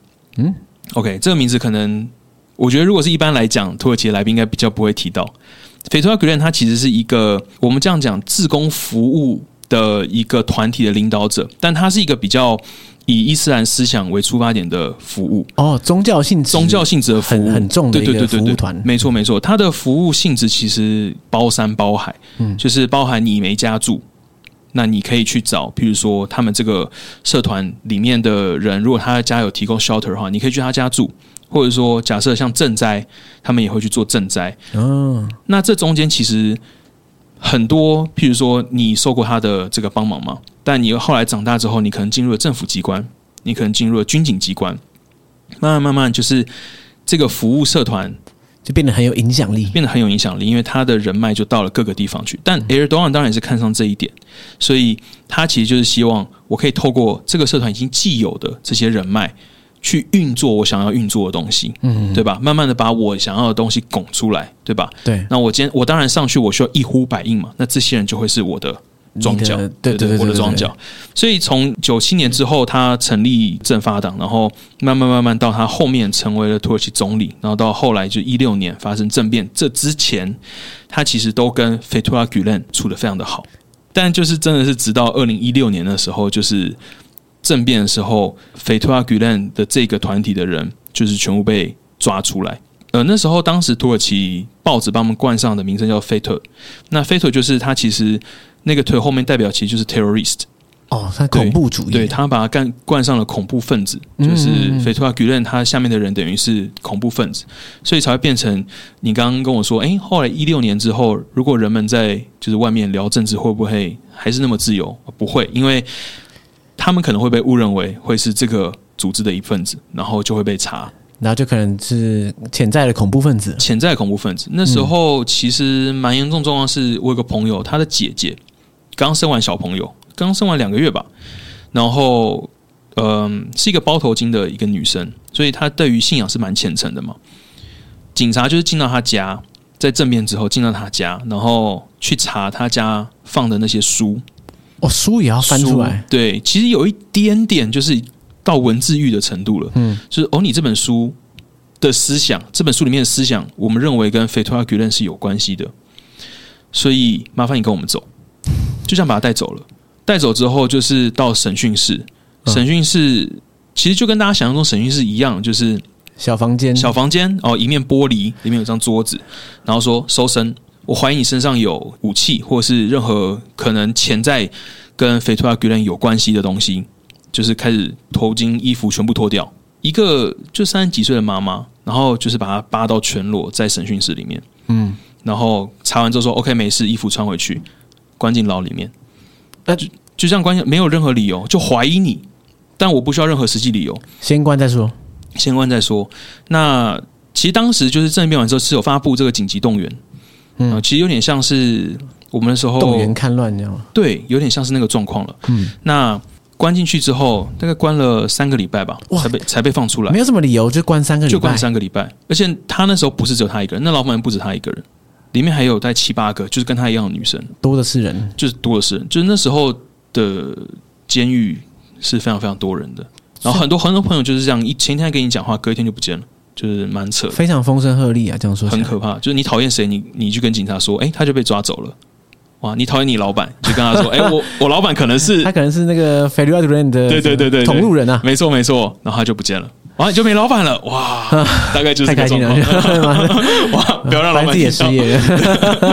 Gulen。OK， 这个名字可能。我觉得，如果是一般来讲，土耳其的来宾应该比较不会提到。Fethullah Gulen 他其实是一个我们这样讲志工服务的一个团体的领导者，但他是一个比较以伊斯兰思想为出发点的服务。 宗教性质的服务很重的一个服务团。 没错没错，他的服务性质其实包山包海，就是包含你没家住。那你可以去找，譬如说他们这个社团里面的人，如果他的家有提供 shelter 的话，你可以去他家住。或者说假设像赈灾，他们也会去做赈灾。那这中间其实很多，譬如说你受过他的这个帮忙嘛，但你后来长大之后，你可能进入了政府机关，你可能进入了军警机关，慢慢就是这个服务社团就变得很有影响力， 因为他的人脉就到了各个地方去。但埃尔多安当然也是看上这一点，所以他其实就是希望我可以透过这个社团已经既有的这些人脉，去运作我想要运作的东西，对吧？慢慢的把我想要的东西拱出来，对吧？ 对。 那我当然上去，我需要一呼百应嘛。那这些人就会是我的庄脚， 对， 我的庄脚。所以从97年之后，他成立正发党，然后慢慢到他后面成为了土耳其总理，然后到后来就16年发生政变，这之前他其实都跟Fethullah Gulen处得非常的好，但就是真的是直到2016年的时候，就是政变的时候，Fethullah Gulen的这个团体的人就是全部被抓出来。那时候当时土耳其报纸帮他们冠上的名称叫 FETÖ， 那 FETÖ 就是他其实那个腿后面代表其实就是 terrorist。 他恐怖主义， 对，他把他冠上了恐怖分子，就是 Fethullah Gulen 他下面的人等于是恐怖分子，所以才会变成你刚刚跟我说，后来16年之后，如果人们在就是外面聊政治，会不会还是那么自由？不会，因为他们可能会被误认为会是这个组织的一份子，然后就会被查， 然后就可能是潜在的恐怖分子。 那时候其实蛮严重状况是，我有个朋友，他的姐姐刚生完小朋友，刚生完2个月吧，然后是一个包头巾的一个女生，所以她对于信仰是蛮虔诚的嘛。警察就是进到她家，在政变之后进到她家，然后去查她家放的那些书。 书也要翻出来？ 对，其实有一点点就是到文字狱的程度了。就是你这本书的思想，这本书里面的思想，我们认为跟Fethullah Gulen是有关系的，所以麻烦你跟我们走，就这样把他带走了。带走之后，就是到审讯室。审讯室其实就跟大家想象中审讯室一样，就是小房间一面玻璃，里面有张桌子，然后说搜身。我怀疑你身上有武器，或是任何可能潜在跟Fethullah Gulen有关系的东西，就是开始头巾、衣服全部脱掉。一个就30几岁的妈妈，然后就是把她扒到全裸在审讯室里面，然后查完之后说 OK 没事，衣服穿回去，关进牢里面。就这样关，没有任何理由，就怀疑你，但我不需要任何实际理由， 先关再说。 那其实当时就是政变完之后是有发布这个紧急动员。其实有点像是我们那时候动员戡乱这样， 对，有点像是那个状况了。那关进去之后，大概关了3个礼拜吧，才被放出来。 没有什么理由就关3个礼拜， 就关3个礼拜。而且他那时候不是只有他一个人，那牢房不止他一个人，里面还有大概7、8个，就是跟他一样的女生， 多的是人。就是那时候的监狱是非常非常多人的，然后很多朋友就是这样，前一天跟你讲话，隔一天就不见了。就是蛮扯的， 非常风声鹤唳啊！这样说很可怕。就是你讨厌谁，你去跟警察说，他就被抓走了。哇，你讨厌你老板，就跟他说，我老板可能是他可能是那个Fethullah Gulen的对同路人啊， 没错，然后他就不见了，哇，就没老板了，哇，大概就是这个状况。哇，不要让老板自己也失业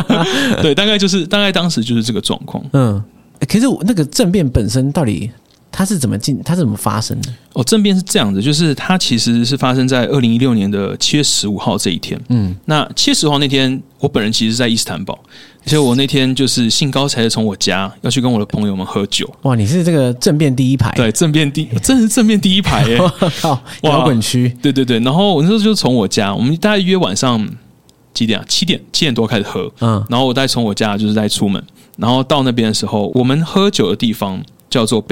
了。 对，大概当时就是这个状况。 可是那个政变本身到底它是怎么发生的？ 政变是这样的，就是它其实是发生在2016年的7月15号这一天。那7月15号那天，我本人其实是在伊斯坦堡，而且我那天就是兴高采烈从我家要去跟我的朋友们喝酒。 哇，你是这个政变第一排？ 对，真的是政变第一排耶！ 靠，摇滚区。 对对对，然后我那时候就从我家，我们大概约晚上几点啊？7点多开始喝。然后我大概从我家就是在出门，然后到那边的时候，我们喝酒的地方叫做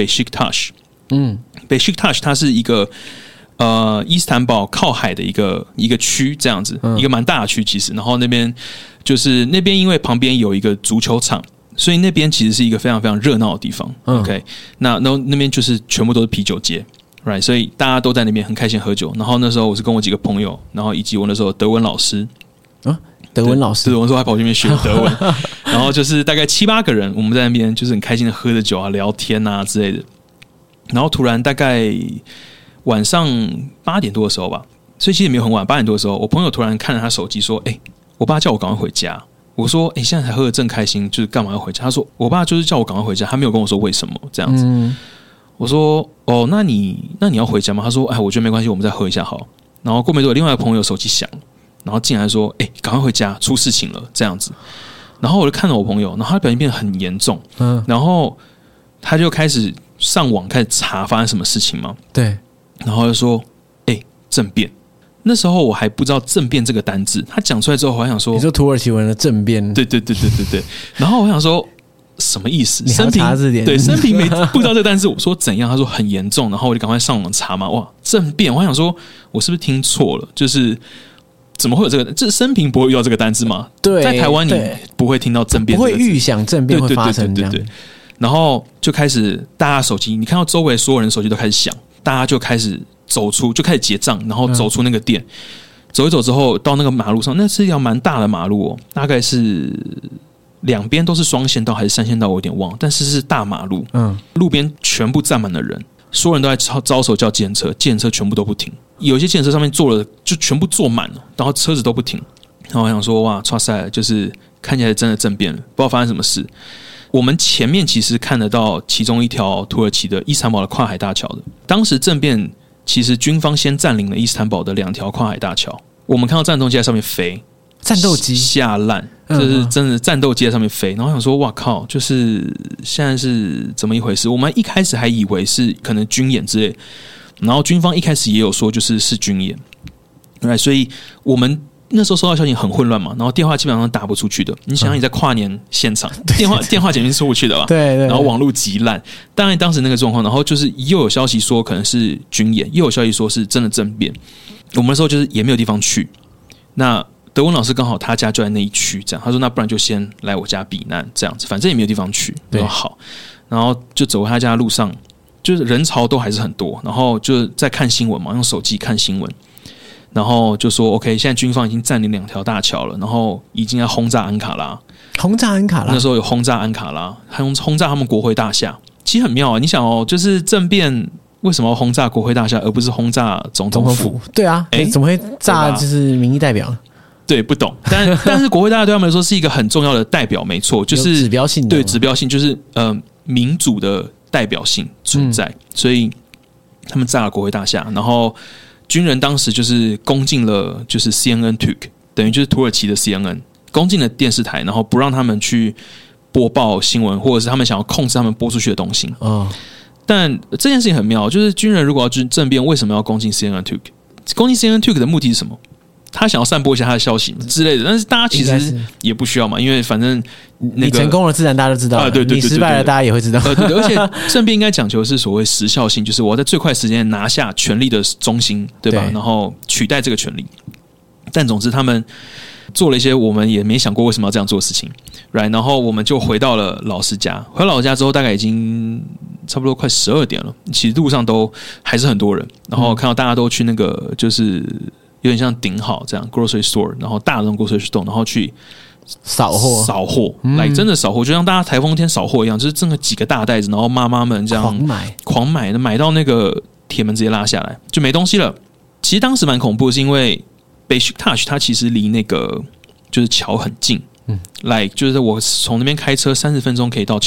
Beşiktaş。Beşiktaş 它是一个伊斯坦堡靠海的一个区，这样子，一个蛮大的区其实。然后那边因为旁边有一个足球场，所以那边其实是一个非常非常热闹的地方。OK， 那边就是全部都是啤酒街。Right， 所以大家都在那边很开心喝酒。然后那时候我是跟我几个朋友，然后以及我那时候德文老师。 德文老师， 对，我那时候还跑去那边学德文。然后就是大概7-8个人，我们在那边就是很开心的喝着酒啊、聊天啊之类的。然后突然大概晚上8点多的时候吧，所以其实也没有很晚。8点多的时候，我朋友突然看了他手机说：“我爸叫我赶快回家。”我说：“现在才喝得正开心，就是干嘛要回家？”他说：“我爸就是叫我赶快回家，他没有跟我说为什么这样子。”我说：“哦，那你要回家吗？”他说：“我觉得没关系，我们再喝一下好。”然后过没多久，另外一个朋友手机响，然后进来说：“赶快回家，出事情了。”这样子。然后我就看到我朋友，然后他表情变得很严重，然后他就开始上网开始查发生什么事情嘛。 对， 然后就说：“政变。”那时候我还不知道政变这个单字，他讲出来之后，我还想说， 你说土耳其文的政变？ 对。然后我想说什么意思？ 你还要查字典？ 对，生平不知道这个单字。我说怎样？他说很严重，然后我就赶快上网查嘛。哇，政变！我还想说，我是不是听错了？就是怎么会有这个？这生平不会遇到这个单字吗？ 对， 在台湾你不会听到政变， 不会预想政变会发生这样。 对。然后就开始大家手机，你看到周围所有人手机都开始响，大家就开始走出，就开始结账，然后走出那个店，走一走之后到那个马路上，那是一条蛮大的马路哦，大概是两边都是双线道还是3线道，我有点忘了，但是是大马路，路边全部站满了人，所有人都在招手叫计程车，计程车全部都不停，有一些计程车上面坐了就全部坐满了，然后车子都不停，然后我想说哇，唰塞，就是看起来真的政变了，不知道发生什么事。我们前面其实看得到其中一条土耳其的伊斯坦堡的跨海大桥的。当时政变其实军方先占领了伊斯坦堡的2条跨海大桥，我们看到战斗机在上面飞， 战斗机下烂，这是真的战斗机在上面飞。然后想说哇靠，就是现在是怎么一回事？我们一开始还以为是可能军演之类，然后军方一开始也有说是军演，所以我们那时候收到消息很混乱嘛，然后电话基本上打不出去的。你想想你在跨年现场，电话简直是出不去的吧？ 对。 然后网络极烂，当然当时那个状况，然后就是又有消息说可能是军演，又有消息说是真的政变。我们那时候就是也没有地方去。那德文老师刚好他家就在那一区，这样他说那不然就先来我家避难，这样子反正也没有地方去。对，好，然后就走回他家的路上，就是人潮都还是很多，然后就在看新闻嘛，用手机看新闻。然后就说 OK， 现在军方已经占领2条大桥了，然后已经要轰炸安卡拉。 轰炸安卡拉？ 那时候有轰炸安卡拉，还轰炸他们国会大厦。其实很妙啊，你想哦，就是政变为什么要轰炸国会大厦，而不是轰炸总统府？ 对啊，怎么会炸就是民意代表？ 对，不懂。但是国会大厦对他们来说是一个很重要的代表，没错，就是指标性的。 对，指标性就是民主的代表性存在，所以他们炸了国会大厦，然后。军人当时就是攻进了就是 CNN Türk， 等于就是土耳其的 CNN， 攻进了电视台，然后不让他们去播报新闻，或者是他们想要控制他们播出去的东西。但这件事情很妙，就是军人如果要政变，为什么要攻进 CNN Türk？ 攻进 CNN Türk 的目的是什么？他想要散播一下他的消息之类的，但是大家其实也不需要嘛，因为反正你成功了，自然大家都知道了。 对， 你失败了，大家也会知道。 对，而且政变应该讲求是所谓时效性，就是我在最快时间拿下权力的中心，对吧？然后取代这个权力。但总之，他们做了一些我们也没想过为什么要这样做的事情 ，right？ 然后我们就回到了老师家。回到老师家之后，大概已经差不多快12点了。其实路上都还是很多人，然后看到大家都去那个就是有点像顶好这样 grocery store， 然后大的 grocery store， 然后去扫货， 来真的扫货，就像大家台风天扫货一样，就是真的几个大袋子，然后妈妈们这样狂买到那个铁门直接拉下来，就没东西了。其实当时蛮恐怖的，是因为Beşiktaş它其实离那个就是桥很近，来就是我从那边开车30分钟可以到桥，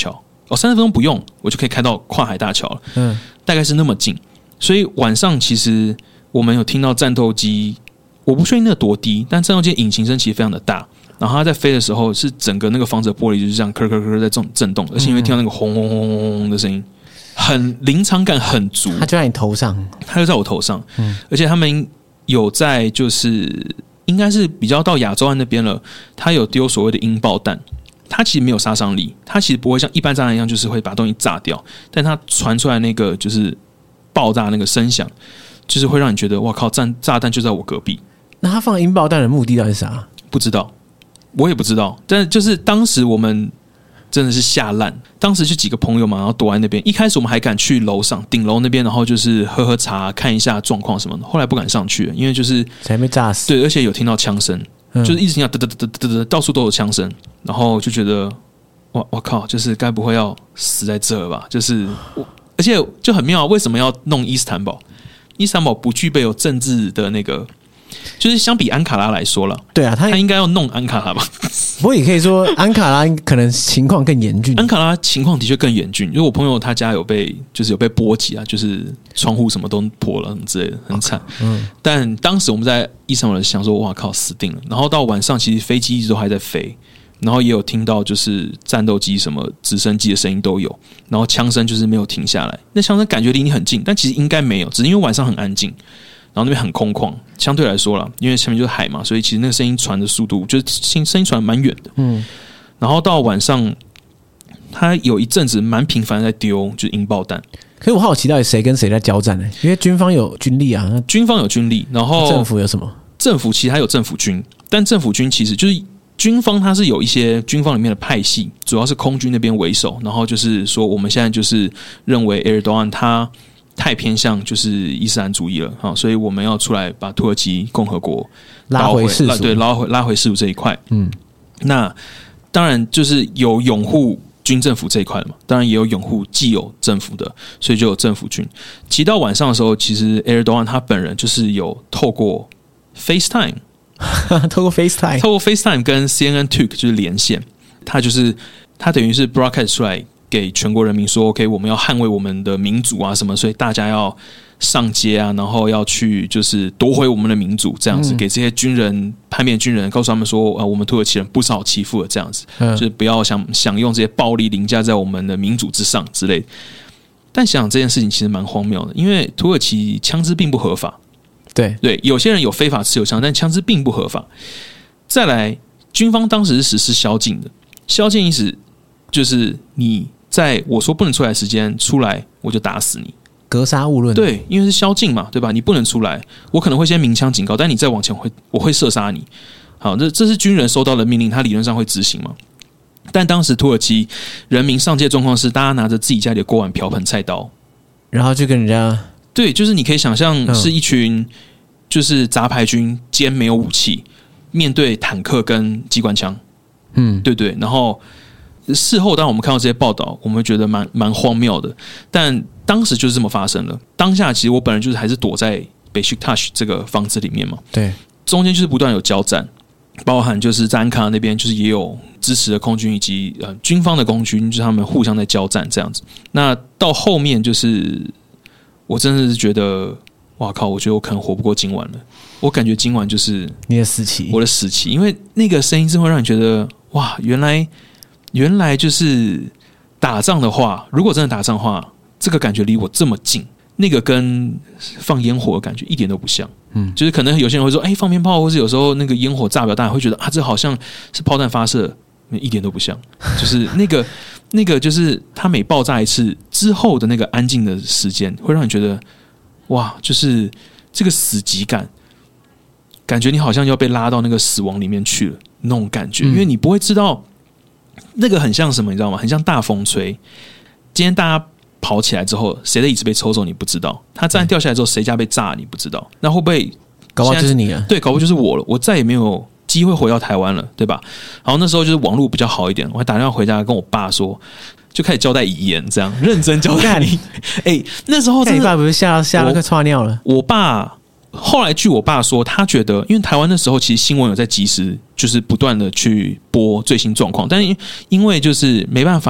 30分钟不用，我就可以开到跨海大桥了。大概是那么近。所以晚上其实我们有听到战斗机，我不确定那多低，但战斗机引擎声其实非常的大。然后它在飞的时候，是整个那个房子的玻璃就是这样咯咯咯在这种震动，而且你会听到那个轰轰轰轰轰的声音，很临场感很足。 它就在你头上， 它就在我头上。而且他们有在就是应该是比较到亚洲岸那边了，它有丢所谓的音爆弹。它其实没有杀伤力，它其实不会像一般炸弹一样，就是会把东西炸掉，但它传出来那个就是爆炸那个声响，就是会让你觉得哇靠，炸弹就在我隔壁。 那他放音爆弹的目的到底是啥？ 不知道，我也不知道。但就是当时我们真的是吓烂，当时就几个朋友嘛，然后躲在那边。一开始我们还敢去楼上顶楼那边，然后就是喝喝茶，看一下状况什么的。后来不敢上去了，因为就是才被炸死。 对，而且有听到枪声。就是一直听到嘚嘚嘚嘚嘚，到处都有枪声，然后就觉得我靠，就是该不会要死在这吧？就是而且就很妙，为什么要弄伊斯坦堡？伊斯坦堡不具备有政治的那个，就是相比安卡拉来说了， 对啊，他应该要弄安卡拉吧？ 不过也可以说安卡拉可能情况更严峻。 安卡拉情况的确更严峻，因为我朋友他家有被波及啊，就是窗户什么都破了什么之类的，很惨。但当时我们在伊斯坦堡想说，哇靠，死定了。然后到晚上，其实飞机一直都还在飞，然后也有听到就是战斗机什么直升机的声音都有，然后枪声就是没有停下来。那枪声感觉离你很近，但其实应该没有，只是因为晚上很安静。然后那边很空旷，相对来说啦，因为前面就是海嘛，所以其实那个声音传的速度，就是声音传蛮远的。然后到晚上，他有一阵子蛮频繁在丢，就是音爆弹。 可是我好奇到底谁跟谁在交战呢？因为军方有军力啊， 军方有军力，然后政府有什么？ 政府其实还有政府军，但政府军其实就是军方，它是有一些军方里面的派系，主要是空军那边为首，然后就是说我们现在就是认为埃尔多安他太偏向就是伊斯兰主义了，所以我们要出来把土耳其共和国拉回世俗， 对，拉回世俗这一块。那当然就是有拥护军政府这一块的嘛，当然也有拥护既有政府的，所以就有政府军。其实到晚上的时候，其实埃尔多安他本人就是有透过 FaceTime 透过 FaceTime 跟 CNN Turk 就是连线，他等于是 broadcast 出来给全国人民说 OK 我们要捍卫我们的民主啊什么，所以大家要上街啊，然后要去就是夺回我们的民主这样子，给这些军人叛变军人告诉他们说我们土耳其人不是好欺负的这样子，就是不要想用这些暴力凌驾在我们的民主之上之类的。但想想这件事情其实蛮荒谬的，因为土耳其枪支并不合法，对，有些人有非法持有枪，但枪支并不合法。再来，军方当时是实施宵禁的，宵禁意思就是你在我说不能出来的时间出来，我就打死你， 格杀勿论。 对，因为是宵禁嘛，对吧？你不能出来，我可能会先鸣枪警告，但你再往前我会射杀你。好，这是军人收到的命令，他理论上会执行嘛。但当时土耳其人民上街状况是，大家拿着自己家里的锅碗瓢盆菜刀，然后就跟人家对，就是你可以想象是一群就是杂牌军，肩没有武器，面对坦克跟机关枪，对，然后。事后当我们看到这些报道，我们会觉得蛮荒谬的，但当时就是这么发生了。当下其实我本人就是还是躲在Beşiktaş这个房子里面嘛， 对， 中间就是不断有交战，包含就是在安卡拉那边就是也有支持的空军以及军方的空军，就是他们互相在交战这样子。那到后面就是我真的是觉得，哇靠！我觉得我可能活不过今晚了。我感觉今晚就是你的死期， 我的死期，因为那个声音真会让你觉得，哇，原来就是打仗的话，如果真的打仗的话，这个感觉离我这么近，那个跟放烟火的感觉一点都不像。就是可能有些人会说，放鞭炮，或是有时候那个烟火炸表，大家会觉得这好像是炮弹发射，一点都不像。就是那个，就是它每爆炸一次之后的那个安静的时间，会让你觉得，哇，就是这个死寂感，感觉你好像要被拉到那个死亡里面去了那种感觉，因为你不会知道。那个很像什么，你知道吗？很像大风吹。今天大家跑起来之后，谁的椅子被抽走你不知道，他站掉下来之后，谁家被炸你不知道。那会不会搞不好就是你了？ 对，搞不好就是我了。我再也没有机会回到台湾了，对吧？然后那时候就是网络比较好一点，我还打电话回家跟我爸说，就开始交代遗言，这样认真交代你。那时候真的， 你爸不是吓到快窜尿了？ 我爸。后来据我爸说，他觉得，因为台湾那时候其实新闻有在及时，就是不断的去播最新状况，但因为就是没办法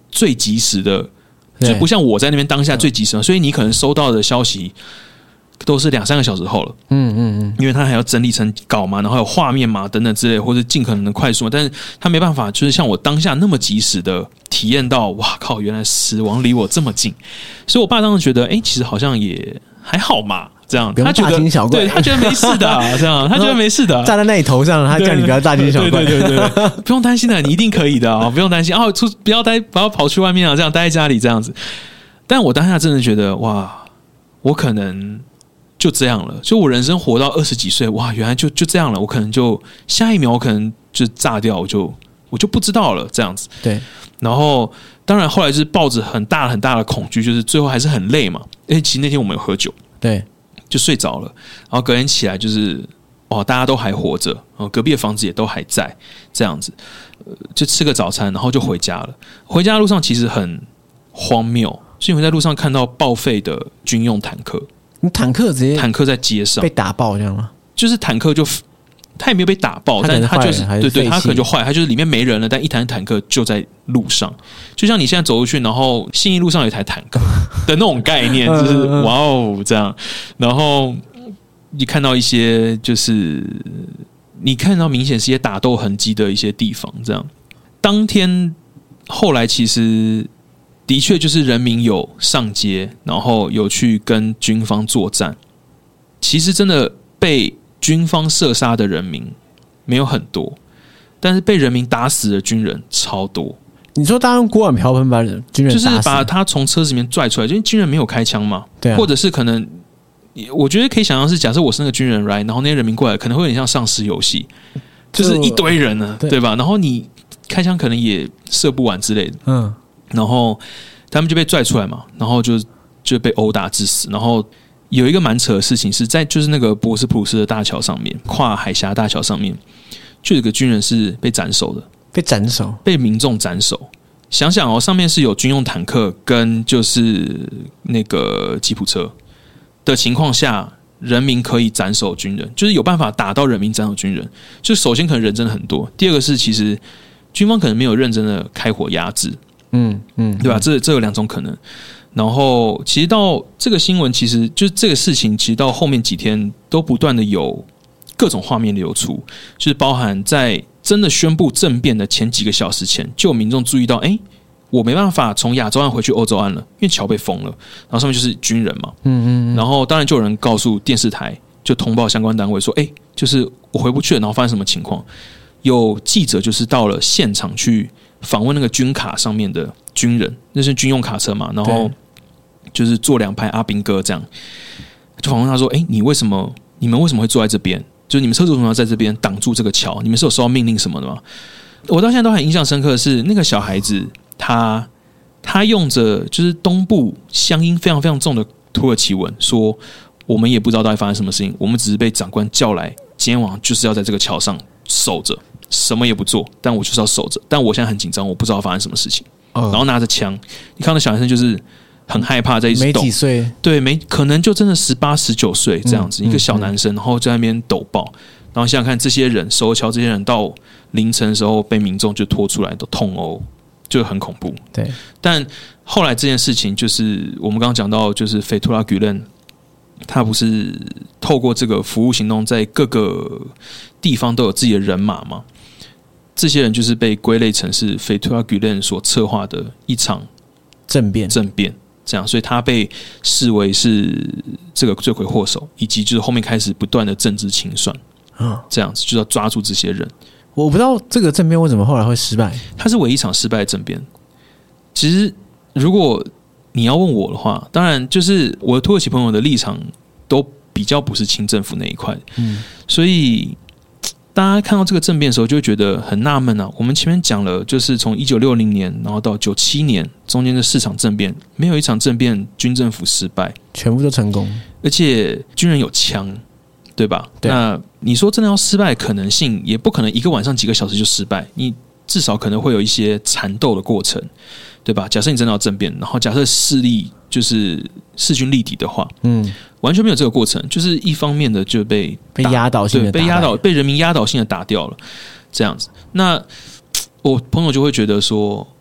最及时的，就不像我在那边当下最及时的，所以你可能收到的消息都是2-3个小时后了。因为他还要整理成稿嘛，然后还有画面嘛等等之类，或者尽可能的快速嘛，但是他没办法就是像我当下那么及时的体验到，哇靠，原来死亡离我这么近。所以我爸当时觉得其实好像也还好嘛，这样他觉得大惊小怪，对，他觉得没事的这样他觉得没事的， 站在那里头上，他叫你不要大惊小怪， 对，不用担心的，你一定可以的不用担心不要跑去外面这样待在家里这样子。但我当下真的觉得，哇，我可能就这样了，就我人生活到20几岁，哇，原来就这样了，我可能就下一秒我可能就炸掉，我就不知道了这样子。 对， 然后当然后来就是抱着很大很大的恐惧，就是最后还是很累嘛，因为其实那天我们有喝酒， 对， 就睡着了，然后隔天起来就是大家都还活着，然后隔壁的房子也都还在，这样子，就吃个早餐，然后就回家了。回家的路上其实很荒谬，是因为在路上看到报废的军用坦克。 你坦克直接坦克在街上被打爆这样吗？ 就是坦克他也没有被打爆，但是他就是对，他可能就坏，他就是里面没人了，但一台坦克就在路上，就像你现在走过去，然后信义路上有一台坦克的那种概念，就是哇哦这样，然后你看到一些就是你看到明显是一些打斗痕迹的一些地方，这样。当天后来其实的确就是人民有上街，然后有去跟军方作战。其实真的被军方射杀的人民没有很多，但是被人民打死的军人超多。 你说大家用锅碗瓢盆把军人打死， 就是把他从车子里面拽出来，因为军人没有开枪嘛，对、啊，或者是可能我觉得可以想象是，假设我是那个军人 right， 然后那些人民过来，可能会有点像丧尸游戏，就是一堆人呢，对吧？然后你开枪可能也射不完之类的，然后他们就被拽出来嘛，然后就被殴打致死。然后有一个蛮扯的事情是在就是那个博斯普鲁斯的大桥上面，跨海峡大桥上面，就有一个军人是被斩首的，被民众斩首。想想上面是有军用坦克跟就是那个吉普车的情况下，人民可以斩首军人，就是有办法打到人民斩首军人。就首先可能人真的很多，第二个是其实军方可能没有认真的开火压制，对吧？这有2种可能。然后其实到这个新闻，其实就是这个事情，其实到后面几天都不断的有各种画面流出，就是包含在真的宣布政变的前几个小时前，就有民众注意到，我没办法从亚洲岸回去欧洲岸了，因为桥被封了，然后上面就是军人嘛，然后当然就有人告诉电视台，就通报相关单位说，就是我回不去了，然后发生什么情况？有记者就是到了现场去访问那个军卡上面的军人，那是军用卡车嘛，然后就是坐2排阿兵哥这样，就访问他说：“你们为什么会坐在这边？就是你们车主为什么要在这边挡住这个桥？你们是有收到命令什么的吗？”我到现在都很印象深刻的是，那个小孩子他用着就是东部乡音非常非常重的土耳其文说：“我们也不知道到底发生什么事情，我们只是被长官叫来，今天晚上就是要在这个桥上守着。”什么也不做，但我就是要守着。但我现在很紧张，我不知道发生什么事情。然后拿着枪，你看到小男生就是很害怕，在一直抖。没几岁， 对，可能就真的18、19岁这样子，一个小男生，然后在那边抖爆。然后想想看，这些人守桥，这些人到凌晨的时候被民众就拖出来，都痛殴，就很恐怖。 对， 但后来这件事情，就是我们刚刚讲到，就是斐图拉·gülen，他不是透过这个服务行动，在各个地方都有自己的人马吗？这些人就是被归类成是斐图拉·gülen所策划的一场政变，这样，所以他被视为是这个罪魁祸首，以及就是后面开始不断的政治清算，这样子就是要抓住这些人。 我不知道这个政变为什么后来会失败， 它是唯一一场失败的政变。其实如果你要问我的话，当然就是我的土耳其朋友的立场都比较不是亲政府那一块，所以大家看到这个政变的时候就会觉得很纳闷啊。我们前面讲了，就是从1960年然后到97年中间的4场政变，没有一场政变军政府失败， 全部都成功， 而且军人有枪，对吧？对。那你说真的要失败的可能性，也不可能一个晚上几个小时就失败，你至少可能会有一些缠斗的过程，对吧？假设你真的要政变，然后假设势力就是势均力敌的话，完全没有这个过程，就是一方面的就被压倒性的被人民压倒性的打掉了，这样子。那我朋友就会觉得说，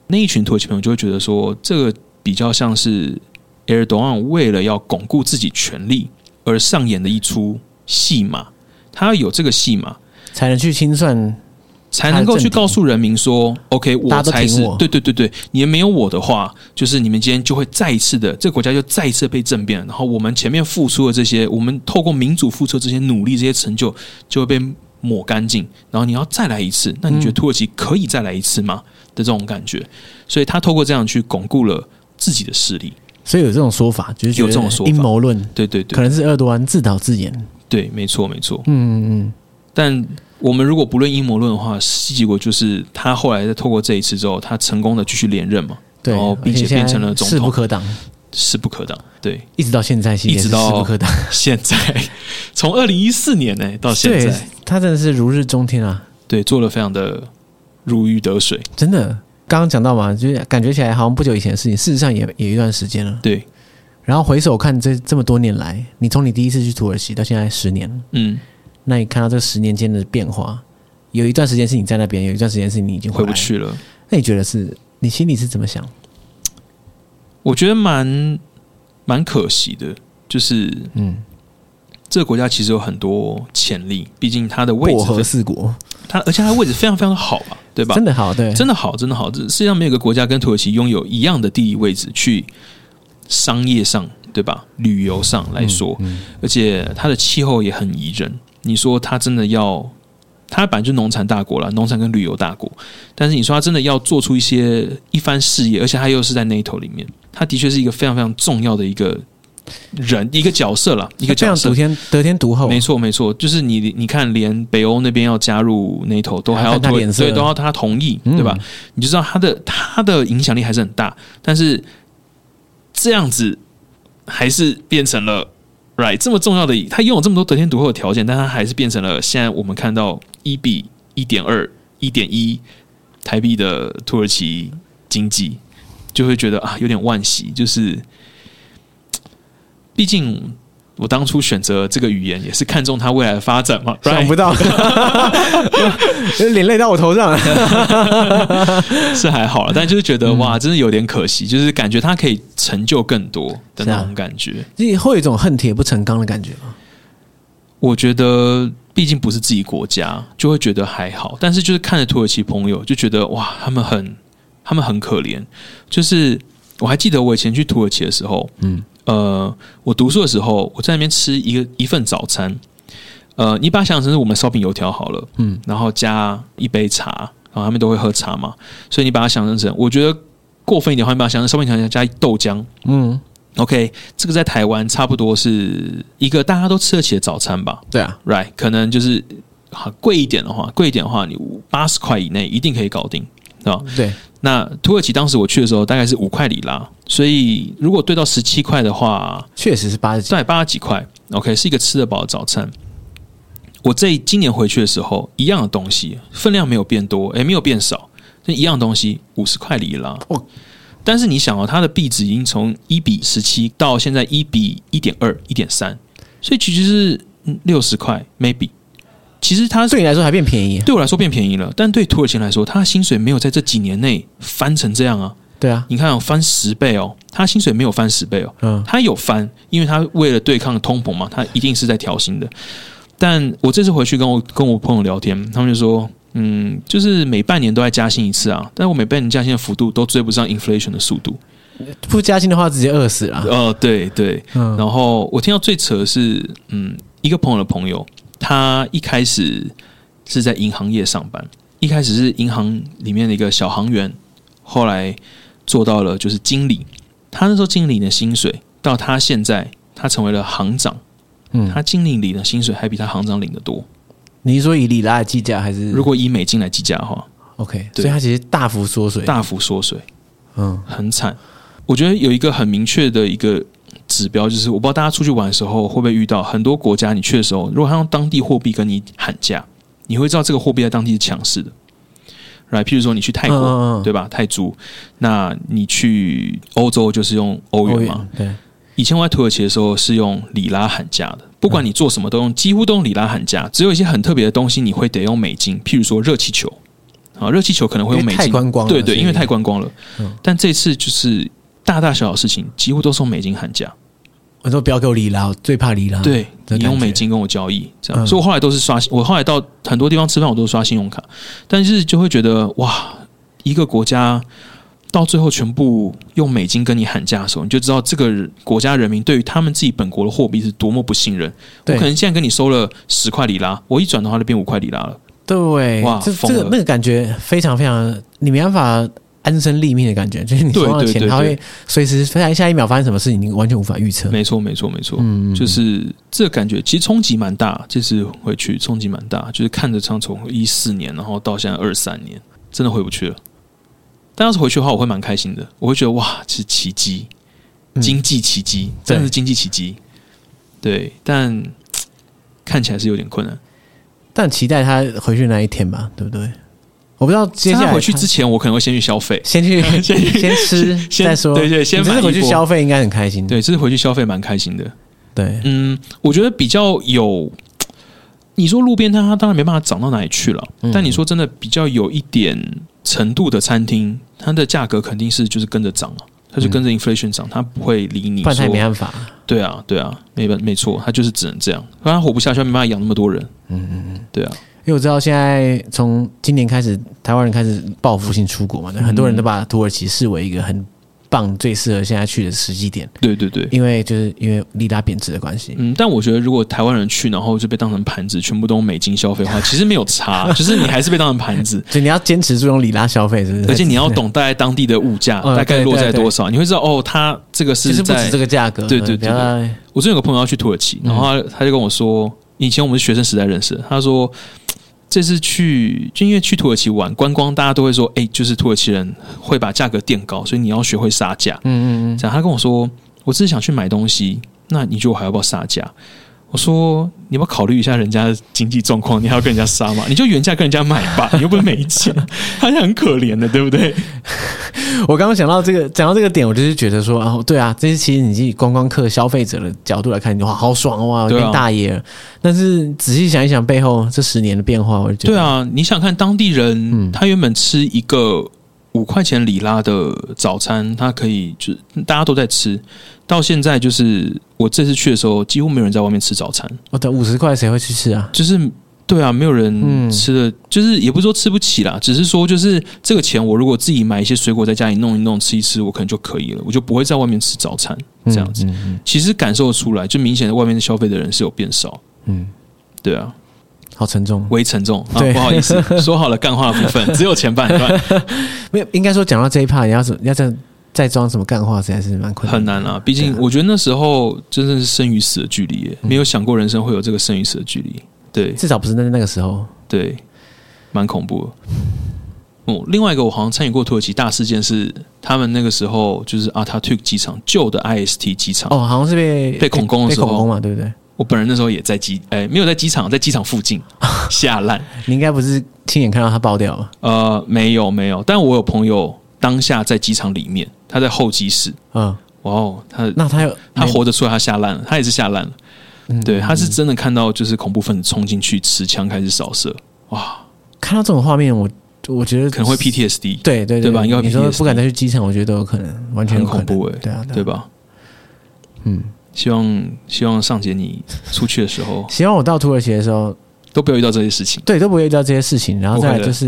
那一群土耳其朋友就会觉得说，这个比较像是埃尔多安为了要巩固自己权力而上演的一出戏码，他要有这个戏码才能去清算， 才能够去告诉人民说 OK 我才是对，你们没有我的话，就是你们今天就会再一次的这个国家就再一次被政变，然后我们前面付出的这些，我们透过民主付出的这些努力这些成就就会被抹干净，然后你要再来一次，那你觉得土耳其可以再来一次吗的这种感觉，所以他透过这样去巩固了自己的势力。 所以有这种说法，就是有这种阴谋论， 对， 可能是埃尔多安自导自演。 对，没错。但我们如果不论阴谋论的话，实际结果就是他后来在透过这一次之后，他成功的继续连任嘛， 对， 然后并且变成了总统，势不可挡，对， 一直到现在， 一直到现在，从2014年到现在， 他真的是如日中天啊！ 对，做了非常的如鱼得水， 真的。刚刚讲到嘛，就是感觉起来好像不久以前的事情，事实上也一段时间了。 对， 然后回首看这么多年来，你从你第一次去土耳其到现在10年，那你看到这10年间的变化，有一段时间是你在那边，有一段时间是你已经回不去了。 那你觉得你心里是怎么想？ 我觉得蛮可惜的，就是这个国家其实有很多潜力，毕竟它的位置薄荷四国， 而且它的位置非常非常好吧，对吧？ 真的好，对， 真的好。世界上没有一个国家跟土耳其拥有一样的地理位置，去商业上，对吧？旅游上来说，而且它的气候也很宜人。你说它真的它本来就农产大国啦，农产跟旅游大国，但是你说它真的要做出一番事业，而且它又是在 NATO 里面，它的确是一个非常非常重要的一个角色啦，一个角色， 得天独厚。 没错，就是你看，连北欧那边要加入 NATO 都还要对，都要他同意，对吧？你就知道他的影响力还是很大，但是这样子还是变成了这么重要的，他拥有这么多得天独厚的条件，但他还是变成了现在我们看到1比1.2、1.1台币的土耳其经济，就会觉得有点惋惜，就是毕竟我当初选择这个语言也是看中它未来的发展嘛， 想不到连累到我头上是还好了，但就是觉得哇，真的有点可惜，就是感觉它可以成就更多的那种感觉， 会有一种恨铁不成钢的感觉吗？ 我觉得毕竟不是自己国家，就会觉得还好，但是就是看着土耳其朋友就觉得哇，他们很可怜。就是我还记得我以前去土耳其的时候，我读书的时候，我在那边吃一份早餐，你把它想象成是我们烧饼油条好了，然后加一杯茶，然后他们都会喝茶嘛，所以你把它想象成，我觉得过分一点的话，你把它想象成烧饼油条加豆浆，OK， 这个在台湾差不多是一个大家都吃得起的早餐吧？ 对啊 ，right， 可能就是贵一点的话，你80块以内一定可以搞定，对吧？ 对。 那土耳其当时我去的时候大概是5块里拉，所以如果兑到17块的话， 确实是80几， 对，80几块 ，OK， 是一个吃得饱的早餐。我今年回去的时候，一样的东西分量没有变多，没有变少，但一样的东西50块里拉。但是你想它的币值已经从1比17到现在1比1.2、1.3，所以其实是60块 maybe。其实它对你来说还变便宜， 对我来说变便宜了，但对土耳其人来说，他的薪水没有在这几年内翻成这样啊。 对啊， 你看翻10倍哦，他薪水没有翻10倍哦，他有翻，因为他为了对抗通膨嘛，他一定是在调薪的。但我这次回去跟我朋友聊天，他们就说，就是每半年都在加薪一次啊，但我每半年加薪的幅度都追不上 inflation 的速度。 不加薪的话，直接饿死了。 对，然后我听到最扯的是，一个朋友的朋友。他一开始是在银行业上班，一开始是银行里面的一个小行员，后来做到了就是经理。他那时候经理的薪水，到他现在他成为了行长，他经理领的薪水还比他行长领的多。 你是说以里拉来计价，还是如果以美金来计价的话 ？OK， 所以他其实大幅缩水，很惨。我觉得有一个很明确的一个指标，就是我不知道大家出去玩的时候会不会遇到很多国家，你去的时候，如果他用当地货币跟你喊价，你会知道这个货币在当地是强势的。譬如说你去泰国，对吧？泰铢，那你去欧洲就是用欧元嘛。 对。 以前我在土耳其的时候是用里拉喊价的，不管你做什么几乎都用里拉喊价，只有一些很特别的东西你会得用美金，譬如说热气球， 啊，热气球可能会用美金， 太观光了， 对对，因为太观光了。但这次就是大大小小的事情，几乎都是用美金喊价。 我说不要给我里拉，我最怕里拉。 对，你用美金跟我交易，这样。所以我后来都是刷，我后来到很多地方吃饭，我都是刷信用卡。但是就会觉得哇，一个国家到最后全部用美金跟你喊价的时候，你就知道这个国家人民对于他们自己本国的货币是多么不信任。我可能现在跟你收了10块里拉，我一转的话就变5块里拉了。 对， 哇， 这个那个感觉非常非常，你没办法安身立命的感觉，就是你收到钱，它会随时下一秒发生什么事情，你完全无法预测。 没错，没错，没错，就是这个感觉，其实冲击蛮大。这次回去冲击蛮大，就是看着从14年，然后到现在23年，真的回不去了。但要是回去的话，我会蛮开心的，我会觉得哇，是奇迹，经济奇迹，真的是经济奇迹。对，但看起来是有点困难。 但期待他回去那一天吧，对不对？我不知道接下来他回去之前，我可能会先去消费， 先吃再说。 对对，先买一波。 回去消费应该很开心。 对，这次回去消费蛮开心的。 对， 我觉得比较有，你说路边摊，它当然没办法涨到哪里去了。但你说真的比较有一点程度的餐厅，它的价格肯定是就是跟着涨啊，它就跟着 inflation 涨，它不会理你说。 不然它也没办法。 对啊，对啊，没错，它就是只能这样，不然它活不下去，没办法养那么多人。对啊。 因为我知道现在从今年开始，台湾人开始报复性出国嘛，很多人都把土耳其视为一个很棒、最适合现在去的时机点。对对对，因为利拉贬值的关系。 但我觉得如果台湾人去，然后就被当成盘子，全部都用美金消费的话，其实没有差，就是你还是被当成盘子。 所以你要坚持住用里拉消费，是不是？ 而且你要懂大概当地的物价大概落在多少，你会知道哦，它这个是其实不止这个价格。 对对对。我最近有个朋友要去土耳其，然后他就跟我说，以前我们是学生时代认识的，他说。这次就因为去土耳其玩观光，大家都会说，就是土耳其人会把价格垫高，所以你要学会杀价。这样他跟我说，我只是想去买东西，那你觉得我还要不要杀价？我说你要不要考虑一下人家的经济状况，你还要跟人家杀吗？你就原价跟人家买吧，你又不是没钱，他是很可怜的，对不对？ 我刚刚讲到这个点，我就是觉得说，对啊，这是其实你以观光客消费者的角度来看，哇，好爽哇，变大爷了。但是仔细想一想，背后这10年的变化，我就觉得， 对啊，你想看当地人，他原本吃一个5块钱里拉的早餐，他可以就大家都在吃。到现在就是我这次去的时候，几乎没有人在外面吃早餐。 等50块谁会去吃啊？ 就是对啊，没有人吃的，就是也不是说吃不起啦，只是说就是这个钱，我如果自己买一些水果在家里弄一弄吃一吃，我可能就可以了，我就不会在外面吃早餐这样子。其实感受出来，就明显的外面消费的人是有变少。对啊。 好沉重， 微沉重啊！不好意思，说好了干话的部分只有前半段， 没有。应该说讲到这一 part， 你要再装什么干话，实在是蛮困难， 很难啊。毕竟我觉得那时候真的是生与死的距离耶，没有想过人生会有这个生与死的距离。对， 至少不是那个时候。 对，蛮恐怖的。另外一个我好像参与过土耳其大事件是，他们那个时候就是阿塔图克机场旧的 IST 机场， 好像是被恐攻的时候， 被恐攻嘛，对不对？ 我本人那时候也在没有在机场，在机场附近下烂。 你应该不是亲眼看到它爆掉了？ 没有，但我有朋友当下在机场里面，他在候机室。哇哦，他活着出来，他下烂了，他也是下烂了。对，他是真的看到就是恐怖分子冲进去持枪开始扫射。哇， 看到这种画面，我觉得可能会 PTSD。 对吧？应该你说不敢再去机场，我觉得都有可能，完全有可能。 很恐怖对吧？希望上节你出去的时候， 希望我到土耳其的时候都不要遇到这些事情。 对，都不会遇到这些事情。然后再来就是，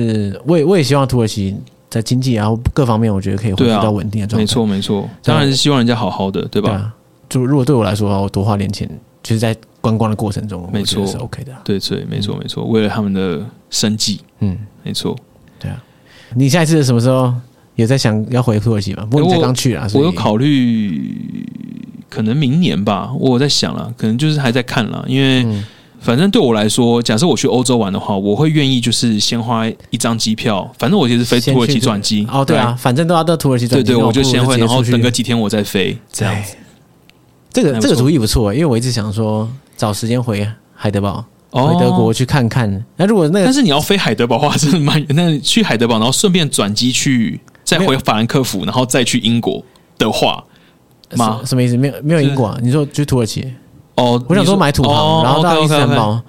我也希望土耳其在经济然后各方面，我觉得可以恢复到稳定的状态。 没错，当然是希望人家好好的，对吧？对啊， 就如果对我来说，我多花点钱，就是在观光的过程中， 没错是 OK 的。 对，没错，为了他们的生计，没错， 对啊。你下一次什么时候有在想要回土耳其吗？不过你才刚去啊， 我有考虑。可能明年吧，我在想啦，可能就是还在看啦，因为反正对我来说，假设我去欧洲玩的话，我会愿意就是先花一张机票，反正我其实飞土耳其转机。 对啊，反正都要到土耳其转机。 对，我就先会，然后等个几天我再飞，这样子。 这个主意不错，因为我一直想说找时间回海德堡。回德国去看看。那如果但是你要飞海德堡的话，真的蛮……那去海德堡，然后顺便转机去，再回法兰克福，然后再去英国的话。 什么意思？没有英国啊？你说去土耳其？我想说买土航，然后到伊斯坦堡。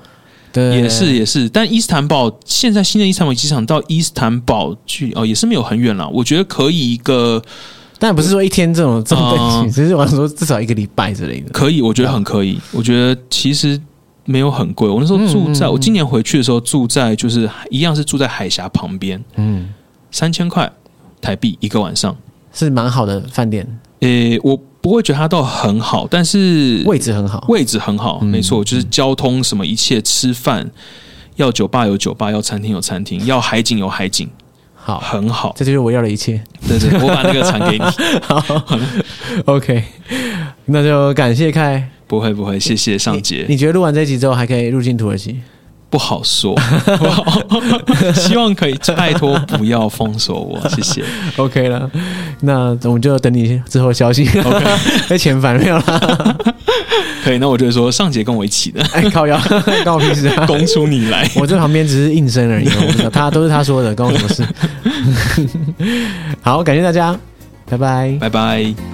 对， 也是，但伊斯坦堡现在新的伊斯坦堡机场到伊斯坦堡去也是没有很远啦，我觉得可以一个。 但不是说一天这种等级，只是我说至少1个礼拜之类的。 可以，我觉得很可以。我觉得其实没有很贵。我那时候住在我今年回去的时候住在就是一样是住在海峡旁边，3000块台币1个晚上， 是蛮好的饭店。 我不会觉得它到很好，但是位置很好， 没错，就是交通什么一切，吃饭要酒吧有酒吧，要餐厅有餐厅，要海景有海景。 好， 很好， 这就是我要的一切。 对，我把那个传给你。 好 ，OK， 那就感谢凯。 不会，谢谢尚杰。 你觉得录完这集之后还可以入境土耳其？ 不好说，希望可以，拜托不要封锁我，谢谢。 OK 了，那我们就等你之后的消息。OK， 被遣返没有啦？ 可以，那我就说尚杰跟我一起的。 靠腰，关我屁事啊！ 供出你来， 我这旁边只是应声而已，他都是他说的，关我什么事？好，感谢大家，拜拜， 拜拜。